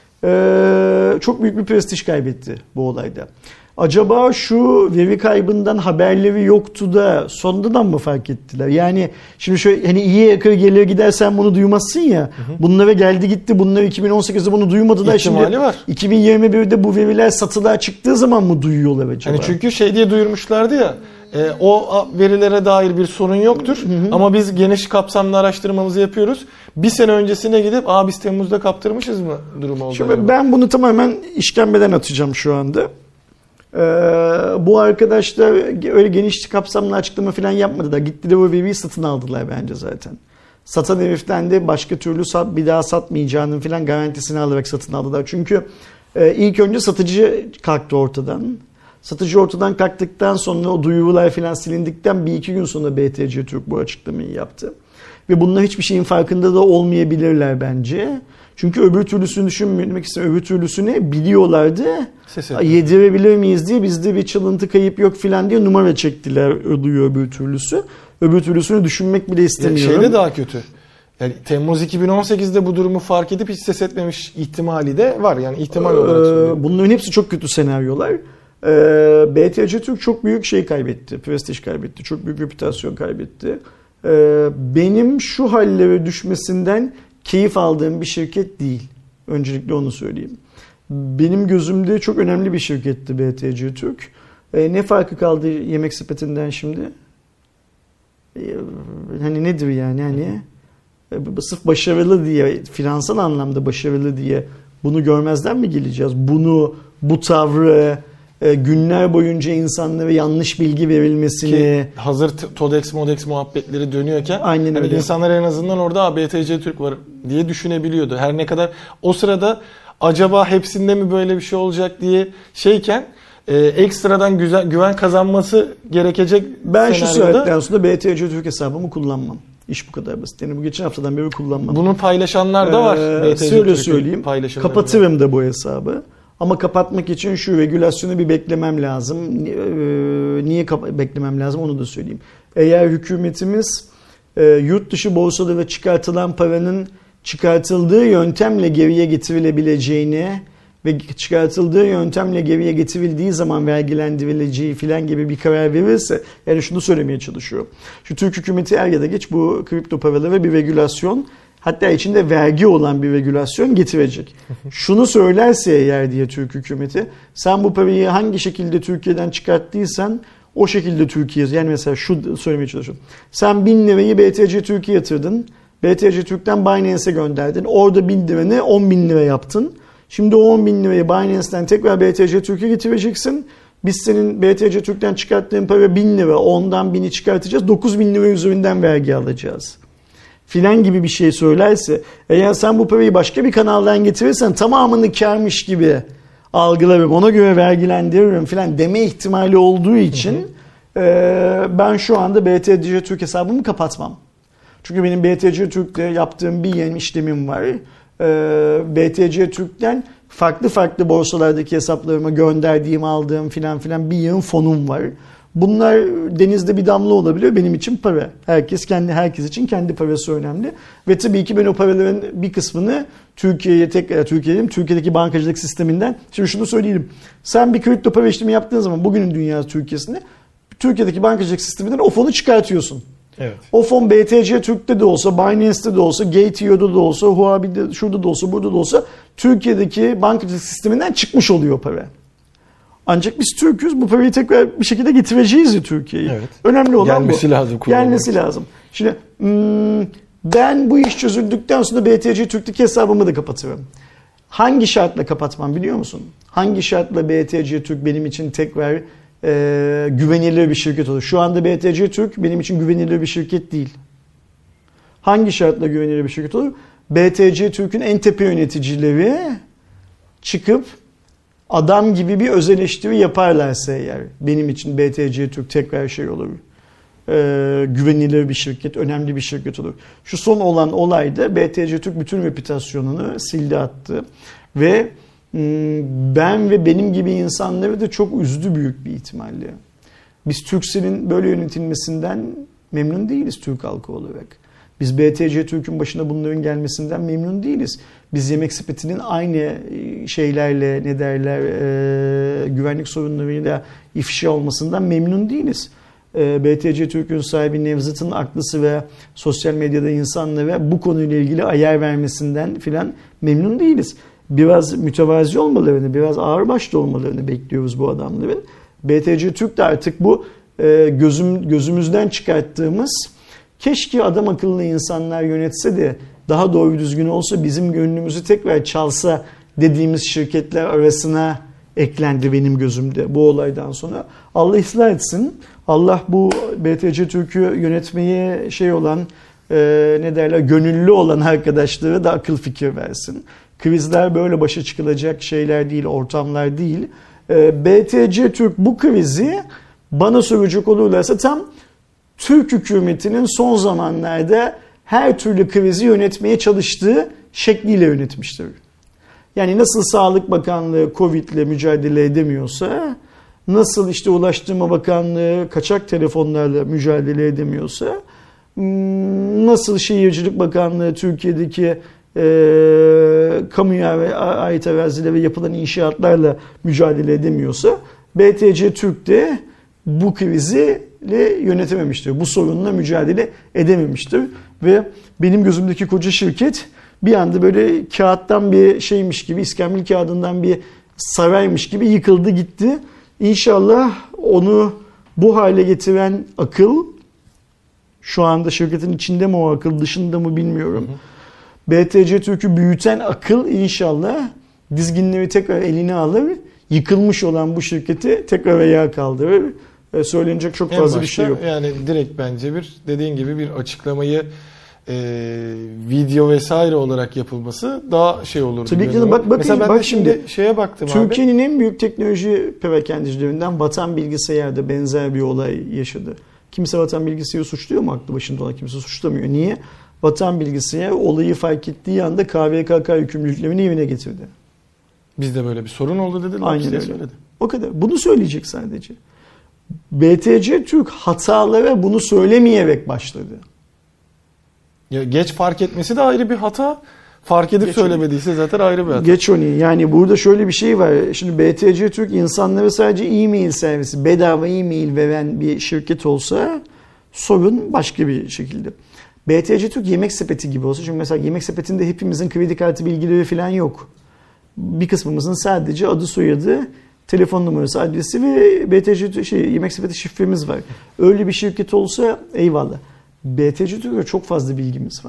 e, çok büyük bir prestij kaybetti bu olayda. Acaba şu veri kaybından haberleri yoktu da sonradan mı fark ettiler? Yani şimdi şöyle hani iyi yakır gelir gidersen bunu duymazsın ya. Hı hı. Bunlara geldi gitti. Bunlar iki bin on sekizde bunu duymadılar. İhtimali şimdi var. iki bin yirmi birde bu veriler satılığa çıktığı zaman mı duyuyorlar acaba? Hani çünkü şey diye duyurmuşlardı ya. E, o verilere dair bir sorun yoktur. Hı hı. Ama biz geniş kapsamlı araştırmamızı yapıyoruz. Bir sene öncesine gidip aa biz Temmuz'da kaptırmışız mı durumu oldu? Şimdi acaba? Ben bunu tamamen işkembeden atacağım şu anda. Ee, bu arkadaşlar öyle geniş kapsamlı açıklama falan yapmadılar. Gittiler o veriyi satın aldılar bence zaten. Satan heriften de başka türlü sat, bir daha satmayacağının falan garantisini alarak satın aldılar. Çünkü e, ilk önce satıcı kalktı ortadan. Satıcı ortadan kalktıktan sonra o duyurular falan silindikten bir iki gün sonra B T C Türk bu açıklamayı yaptı. Ve bunlar hiçbir şeyin farkında da olmayabilirler bence. Çünkü öbür türlüsünü düşünmemek için öbür türlüsünü biliyorlardı. Yedirebilir miyiz diye bizde bir çalıntı kayıp yok filan diye numara çektiler ödüyor öbür türlüsü. Öbür türlüsünü düşünmek bile istemiyorum. Şey de daha kötü. Yani Temmuz iki bin on sekizde bu durumu fark edip hiç ses etmemiş ihtimali de var. Yani ihtimal olarak söylüyorum. Bunların hepsi çok kötü senaryolar. Ee, B T C Türk çok büyük şey kaybetti. Prestij kaybetti. Çok büyük reputasyon kaybetti. Ee, benim şu hallere düşmesinden keyif aldığım bir şirket değil. Öncelikle onu söyleyeyim. Benim gözümde çok önemli bir şirketti B T C Türk. Ee, ne farkı kaldı Yemek Sepeti'nden şimdi? Ee, hani nedir yani? Hani e, sırf başarılı diye, finansal anlamda başarılı diye bunu görmezden mi geleceğiz? Bunu, bu tavrı, e, günler boyunca insanlara yanlış bilgi verilmesini. Ki hazır Todex Modex muhabbetleri dönüyorken aynen öyle. Yani insanlar en azından orada B T C Türk var diye düşünebiliyordu. Her ne kadar o sırada acaba hepsinde mi böyle bir şey olacak diye şeyken e, ekstradan güzel, güven kazanması gerekecek ben senaryoda. Şu saatten sonra B T C Türk hesabımı kullanmam. İş bu kadar basit. Yani bu geçen haftadan beri kullanmam. Bunu paylaşanlar da var. Ee, B T C Türk'ü söyleyeyim. Kapatırım da bu hesabı. Ama kapatmak için şu regülasyonu bir beklemem lazım. Niye beklemem lazım onu da söyleyeyim. Eğer hükümetimiz yurt dışı borsalara çıkartılan paranın çıkartıldığı yöntemle geriye getirilebileceğini ve çıkartıldığı yöntemle geriye getirildiği zaman vergilendirileceği filan gibi bir karar verirse, yani şunu söylemeye çalışıyorum. Şu Türk hükümeti er ya da geç bu kripto paralara bir regülasyon, hatta içinde vergi olan bir regülasyon getirecek. Şunu söylerse eğer diye Türk hükümeti, sen bu parayı hangi şekilde Türkiye'den çıkarttıysan o şekilde Türkiye, yani mesela şu söylemeye çalışıyorum. Sen bin lirayı B T C Türk'e yatırdın. B T C Türk'ten Binance'e gönderdin. Orada bin liranı on bin lira yaptın. Şimdi o on bin lirayı Binance'den tekrar B T C Türk'e getireceksin. Biz senin B T C Türk'ten çıkarttığın para bin lira. Ondan bini çıkartacağız. dokuz bin lira üzerinden vergi alacağız. Filan gibi bir şey söylerse, eğer sen bu parayı başka bir kanaldan getirirsen tamamını kârmış gibi algılarım, ona göre vergilendiririm filan deme ihtimali olduğu için hı hı. E, ben şu anda B T C Türk hesabımı kapatmam. Çünkü benim B T C Türk'te yaptığım bir yeni işlemim var. E, B T C Türk'ten farklı farklı borsalardaki hesaplarıma gönderdiğim, aldığım filan filan bir yığın fonum var. Bunlar denizde bir damla olabiliyor. Benim için para. Herkes kendi herkes için kendi parası önemli. Ve tabii ki ben o paraların bir kısmını Türkiye'ye tekrar Türkiye'deyim. Türkiye'deki bankacılık sisteminden. Şimdi şunu söyleyelim. Sen bir kripto para işlemi yaptığın zaman bugünün dünya Türkiye'sinde Türkiye'deki bankacılık sisteminden o fonu çıkartıyorsun. Evet. O fon B T C Türk'te de olsa, Binance'te de olsa, Gate nokta io'da da olsa, Huobi'de şurada da olsa, burada da olsa Türkiye'deki bankacılık sisteminden çıkmış oluyor para. Ancak biz Türk'üz. Bu parayı tekrar bir şekilde getireceğiz ya Türkiye'yi. Evet. Önemli olan Gelmesi bu. lazım. Gelmesi lazım. Şimdi hmm, ben bu iş çözüldükten sonra B T C Türk'teki hesabımı da kapatırım. Hangi şartla kapatmam biliyor musun? Hangi şartla B T C Türk benim için tekrar e, güvenilir bir şirket olur? Şu anda B T C Türk benim için güvenilir bir şirket değil. Hangi şartla güvenilir bir şirket olur? B T C Türk'ün en tepe yöneticileri çıkıp adam gibi bir öz eleştiri yaparlarsa eğer benim için B T C Türk tekrar şey olur. Ee, güvenilir bir şirket, önemli bir şirket olur. Şu son olan olayda B T C Türk bütün reputasyonunu sildi attı. Ve ben ve benim gibi insanları da çok üzdü büyük bir ihtimalle. Biz Turkcell'in böyle yönetilmesinden memnun değiliz Türk halkı olarak. Biz B T C Türk'ün başına bunların gelmesinden memnun değiliz. Biz Yemek Sepeti'nin aynı şeylerle ne derler e, güvenlik sorunlarıyla ifşa olmasından memnun değiliz. E, B T C Türk'ün sahibi Nevzat'ın aklısı ve sosyal medyada insanlara bu konuyla ilgili ayar vermesinden filan memnun değiliz. Biraz mütevazi olmalarını, biraz ağırbaşlı olmalarını bekliyoruz bu adamların. B T C Türk de artık bu e, gözüm gözümüzden çıkarttığımız keşke adam akıllı insanlar yönetse de daha doğru düzgün olsa bizim gönlümüzü tekrar çalsa dediğimiz şirketler arasına eklendi benim gözümde bu olaydan sonra. Allah ıslah etsin. Allah bu B T C Türk'ü yönetmeye şey olan e, ne derler gönüllü olan arkadaşlara da akıl fikir versin. Krizler böyle başa çıkılacak şeyler değil, ortamlar değil. E, B T C Türk bu krizi bana soracak olurlarsa tam Türk hükümetinin son zamanlarda her türlü krizi yönetmeye çalıştığı şekliyle yönetmiştir. Yani nasıl Sağlık Bakanlığı Covid'le mücadele edemiyorsa, nasıl işte Ulaştırma Bakanlığı kaçak telefonlarla mücadele edemiyorsa, nasıl Şehircilik Bakanlığı Türkiye'deki e, kamuya ve ait arazilere yapılan inşaatlarla mücadele edemiyorsa, B T C Türk de bu krizi yönetememiştir. Bu sorunla mücadele edememiştir. Ve benim gözümdeki koca şirket bir anda böyle kağıttan bir şeymiş gibi, iskambil kağıdından bir saraymış gibi yıkıldı gitti. İnşallah onu bu hale getiren akıl, şu anda şirketin içinde mi o akıl, dışında mı bilmiyorum. Hı hı. B T C Türk'ü büyüten akıl inşallah dizginleri tekrar eline alır, yıkılmış olan bu şirketi tekrar ayağa kaldırır. Söylenecek çok fazla bir şey yok. Yani direkt bence bir dediğin gibi bir açıklamayı e, video vesaire olarak yapılması daha şey olur. Tabii ki de bak, bakın, mesela ben bak de şimdi şeye baktım Türkiye'nin abi. en büyük teknoloji perakendicilerinden Vatan Bilgisayar'da benzer bir olay yaşadı. Kimse Vatan Bilgisayar'ı suçluyor mu? Aklı başında olan kimse suçlamıyor. Niye? Vatan Bilgisayar olayı fark ettiği anda K V K K yükümlülüklerini evine getirdi. Bizde böyle bir sorun oldu dedi. Aynen öyle. Söyledi. O kadar. Bunu söyleyecek sadece. B T C Türk hatalara bunu söylemeyerek başladı. Ya geç fark etmesi de ayrı bir hata. Fark edip geç söylemediyse onu. Zaten ayrı bir hata. Geç onu. Yani burada şöyle bir şey var. Şimdi B T C Türk insanlara sadece e-mail servisi, bedava e-mail veren bir şirket olsa sorun başka bir şekilde. B T C Türk Yemek Sepeti gibi olsa. Çünkü mesela Yemek Sepeti'nde hepimizin kredi kartı bilgileri falan yok. Bir kısmımızın sadece adı, soyadı, telefon numarası, adresi ve B T C şey, Yemek Sepeti şifremiz var. Öyle bir şirket olsa eyvallah. B T C Türk'e çok fazla bilgimiz var.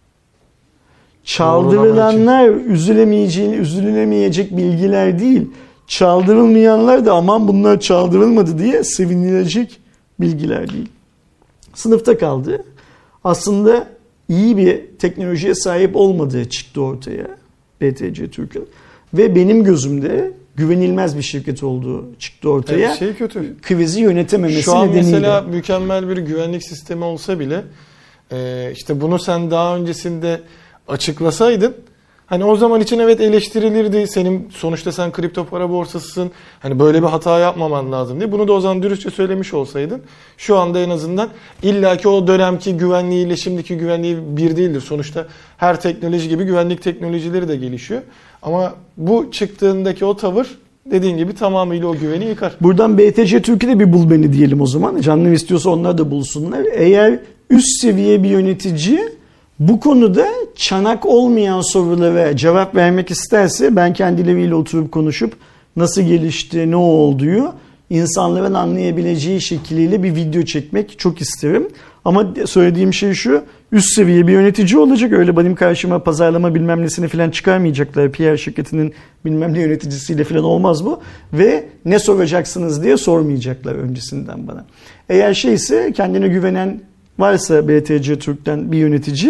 Çaldırılanlar üzülemeyeceğini, üzülemeyecek bilgiler değil. Çaldırılmayanlar da aman bunlar çaldırılmadı diye sevinilecek bilgiler değil. Sınıfta kaldı. Aslında iyi bir teknolojiye sahip olmadığı çıktı ortaya B T C Türk'ün. Ve benim gözümde güvenilmez bir şirket olduğu çıktı ortaya. Evet, şey kötü. Krizi yönetememesi Şu an nedeniyle. mesela mükemmel bir güvenlik sistemi olsa bile işte bunu sen daha öncesinde açıklasaydın Hani o zaman için evet eleştirilirdi. Senin sonuçta sen kripto para borsasısın. Hani böyle bir hata yapmaman lazım diye. Bunu da o zaman dürüstçe söylemiş olsaydın şu anda en azından illaki o dönemki güvenliğiyle şimdiki güvenliği bir değildir. Sonuçta her teknoloji gibi güvenlik teknolojileri de gelişiyor. Ama bu çıktığındaki o tavır dediğin gibi tamamıyla o güveni yıkar. Buradan B T C Türkiye'de bir bul beni diyelim o zaman. Canlı istiyorsa onlar da bulsunlar. Eğer üst seviye bir yönetici bu konuda çanak olmayan sorulara cevap vermek isterse ben kendileriyle oturup konuşup nasıl gelişti, ne olduğu insanların anlayabileceği şekliyle bir video çekmek çok isterim. Ama söylediğim şey şu, üst seviye bir yönetici olacak. Öyle benim karşıma pazarlama bilmem nesini falan çıkarmayacaklar. P R şirketinin bilmem ne yöneticisiyle falan olmaz bu. Ve ne soracaksınız diye sormayacaklar öncesinden bana. Eğer şeyse kendine güvenen varsa B T C Türk'ten bir yönetici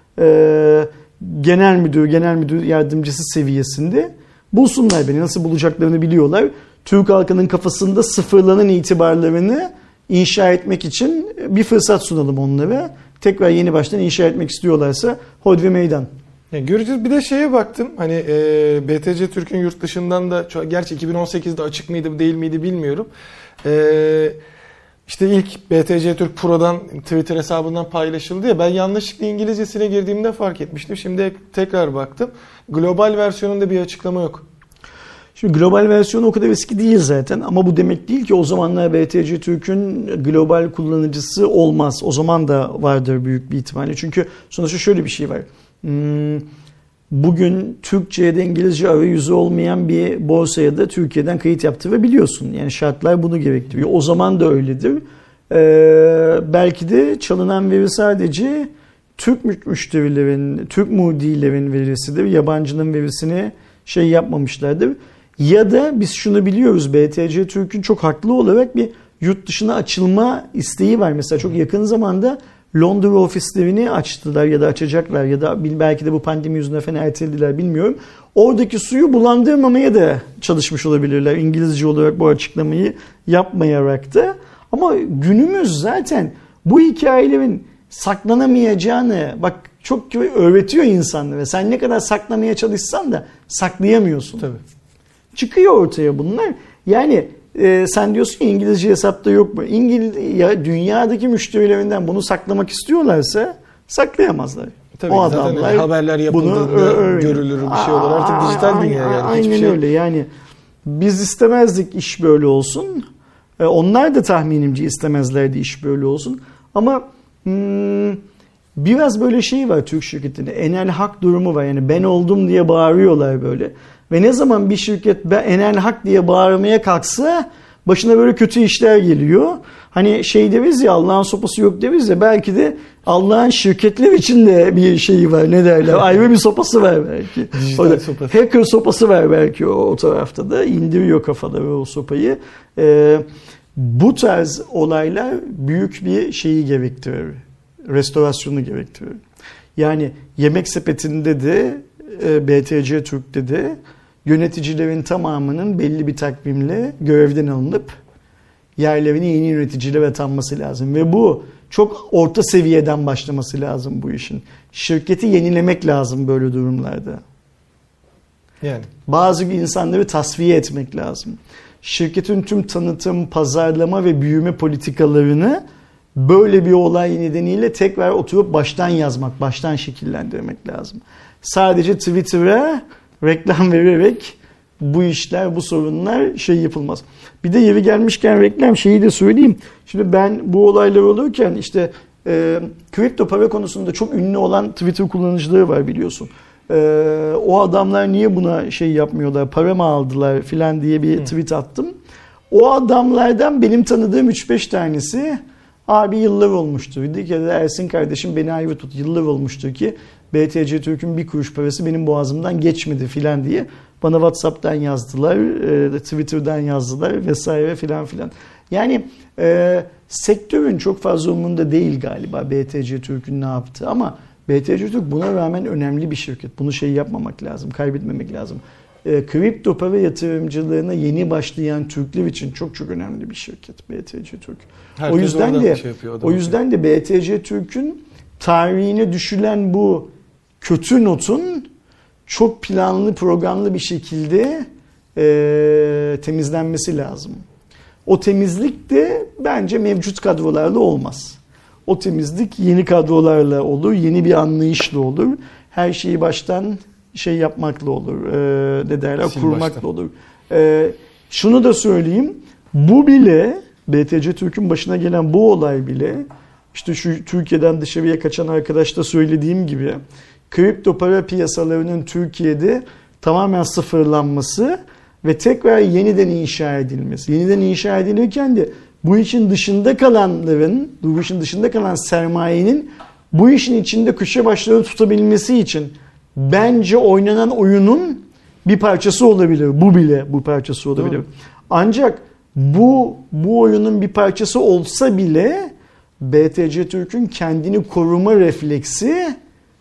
e, genel müdür, genel müdür yardımcısı seviyesinde bulsunlar beni. Nasıl bulacaklarını biliyorlar. Türk halkının kafasında sıfırlanan itibarlarını inşa etmek için bir fırsat sunalım onlara. Tekrar yeni baştan inşa etmek istiyorlarsa hodri meydan. Ya göreceğiz. Bir de şeye baktım. Hani e, B T C Türk'ün yurt dışından da, gerçi iki bin on sekizde açık mıydı değil miydi bilmiyorum. Eee İşte ilk B T C Türk Pro'dan Twitter hesabından paylaşıldı ya, ben yanlışlıkla İngilizcesine girdiğimde fark etmiştim. Şimdi tekrar baktım. Global versiyonunda bir açıklama yok. Şimdi global versiyonu o kadar eski değil zaten ama bu demek değil ki o zamanlar B T C Türk'ün global kullanıcısı olmaz. O zaman da vardır büyük bir ihtimalle. Çünkü sonuçta şöyle bir şey var. Hmm, bugün Türkçe'de İngilizce arayüzü olmayan bir borsaya da Türkiye'den kayıt yaptırabiliyorsun. Yani şartlar bunu gerektiriyor. O zaman da öyledir. Ee, belki de çalınan veri sadece Türk müşterilerin, Türk mudilerin verisidir. Yabancının verisini şey yapmamışlardır. Ya da biz şunu biliyoruz, B T C Türk'ün çok haklı olarak bir yurt dışına açılma isteği var. Mesela çok yakın zamanda Londra ofislerini açtılar ya da açacaklar ya da belki de bu pandemi yüzünden falan ertelediler bilmiyorum. Oradaki suyu bulandırmamaya da çalışmış olabilirler İngilizce olarak bu açıklamayı yapmayarak da. Ama günümüz zaten bu hikayelerin saklanamayacağını bak çok öğretiyor insanlara. Sen ne kadar saklamaya çalışsan da saklayamıyorsun. Tabii. Çıkıyor ortaya bunlar. Yani e, sen diyorsun ki İngilizce hesapta yok mu? İngiliz ya dünyadaki müşterilerinden bunu saklamak istiyorlarsa saklayamazlar. Tabii, o adamlar haberler yapıldığında görülür bir şey olur. Artık dijital dünya yani. Aynen şey. Öyle. Yani biz istemezdik iş böyle olsun. E, onlar da tahminimce istemezlerdi iş böyle olsun. Ama hmm, biraz böyle şey var Türk şirketinde. Enel hak durumu var. Yani ben oldum diye bağırıyorlar böyle. Ve ne zaman bir şirket enel hak diye bağırmaya kalksa başına böyle kötü işler geliyor. Hani şey deriz ya, Allah'ın sopası yok deriz ya, belki de Allah'ın şirketler için de bir şeyi var, ne derler, ayrı bir sopası var belki. Dijital sopası. Hacker sopası var belki o, o tarafta da indiriyor kafaları o sopayı. Ee, bu tarz olaylar büyük bir şeyi gerektirir. Restorasyonu gerektirir. Yani Yemek Sepeti'nde de B T C Türk'te de yöneticilerin tamamının belli bir takvimle görevden alınıp yerlerine yeni yöneticilere atanması lazım. Ve bu çok orta seviyeden başlaması lazım bu işin. Şirketi yenilemek lazım böyle durumlarda. Yani. Bazı insanları tasfiye etmek lazım. Şirketin tüm tanıtım, pazarlama ve büyüme politikalarını böyle bir olay nedeniyle tekrar oturup baştan yazmak, baştan şekillendirmek lazım. Sadece Twitter'a reklam vererek bu işler, bu sorunlar şey yapılmaz. Bir de yeri gelmişken reklam şeyi de söyleyeyim. Şimdi ben bu olaylar olurken işte e, kripto para konusunda çok ünlü olan Twitter kullanıcıları var biliyorsun. E, o adamlar niye buna şey yapmıyorlar, para mı aldılar filan diye bir hmm. tweet attım. O adamlardan benim tanıdığım üç beş tanesi abi yıllar olmuştur. Bir kere de Ersin kardeşim beni ayrı tut. Yıllar olmuştur ki B T C Türk'ün bir kuruş parası benim boğazımdan geçmedi filan diye bana WhatsApp'tan yazdılar, e, Twitter'dan yazdılar vesaire filan filan. Yani e, sektörün çok fazla umurunda değil galiba B T C Türk'ün ne yaptığı ama B T C Türk buna rağmen önemli bir şirket. Bunu şey yapmamak lazım, kaybetmemek lazım. E, kripto para yatırımcılığına yeni başlayan Türkler için çok çok önemli bir şirket B T C Türk. Herkes o yüzden de şey yapıyor, o yüzden de B T C Türk'ün tarihine düşülen bu kötü notun çok planlı, programlı bir şekilde e, temizlenmesi lazım. O temizlik de bence mevcut kadrolarla olmaz. O temizlik yeni kadrolarla olur, yeni bir anlayışla olur. Her şeyi baştan şey yapmakla olur, e, ne derler, Sil kurmakla baştan. olur. E, şunu da söyleyeyim, bu bile, B T C Türk'ün başına gelen bu olay bile, işte şu Türkiye'den dışarıya kaçan arkadaşta söylediğim gibi, kripto para piyasalarının Türkiye'de tamamen sıfırlanması ve tekrar yeniden inşa edilmesi. Yeniden inşa edilirken de bu işin dışında kalanların, bu işin dışında kalan sermayenin bu işin içinde köşe başlarını tutabilmesi için bence oynanan oyunun bir parçası olabilir. Bu bile bu parçası olabilir. Doğru. Ancak bu bu oyunun bir parçası olsa bile B T C Türk'ün kendini koruma refleksi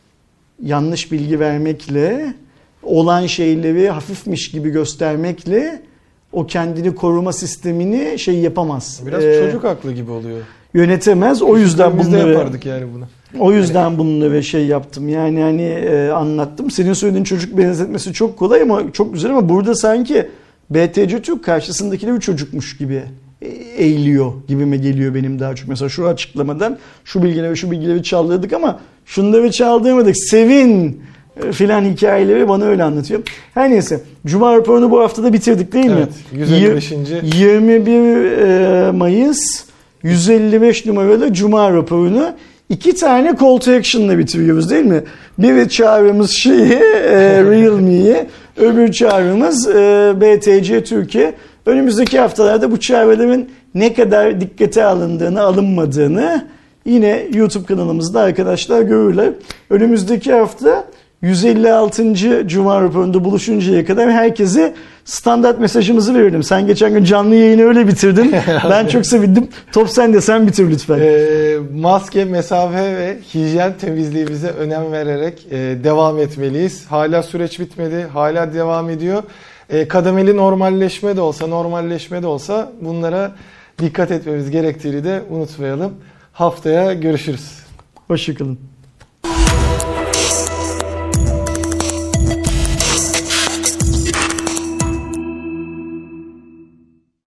yanlış bilgi vermekle, olan şeyleri hafifmiş gibi göstermekle o kendini koruma sistemini şey yapamaz. Biraz ee, çocuk aklı gibi oluyor. Yönetemez. O yüzden biz de bunları yapardık yani bunu. O yüzden bunları şey yaptım. Yani hani e, anlattım. Senin söylediğin çocuk benzetmesi çok kolay ama çok güzel ama burada sanki B T C Türk karşısındakileri bir çocukmuş gibi eğiliyor gibime geliyor benim daha çok. Mesela şu açıklamadan şu bilgileri şu bilgileri çaldırdık ama şunları çaldırmadık. Sevin filan hikayeleri bana öyle anlatıyor. Her neyse. Cuma raporunu bu haftada bitirdik değil mi? Evet. yüz elli beşinci yirmi bir Mayıs yüz elli beş numaralı Cuma raporunu iki tane call to action'la bitiriyoruz değil mi? Biri çağrımız şeyi Realme'yi, öbür çağrımız B T C Türkiye. Önümüzdeki haftalarda bu çağrıların ne kadar dikkate alındığını, alınmadığını yine YouTube kanalımızda arkadaşlar görürler. Önümüzdeki hafta yüz elli altıncı Cuma raporunda buluşuncaya kadar herkese standart mesajımızı verelim. Sen geçen gün canlı yayını öyle bitirdin. Ben çok sevindim. Top sen de sen bitir lütfen. E, maske, mesafe ve hijyen temizliğimize önem vererek e, devam etmeliyiz. Hala süreç bitmedi. Hala devam ediyor. E, kademeli normalleşme de olsa, normalleşme de olsa bunlara dikkat etmemiz gerektiğini de unutmayalım. Haftaya görüşürüz. Hoşça kalın.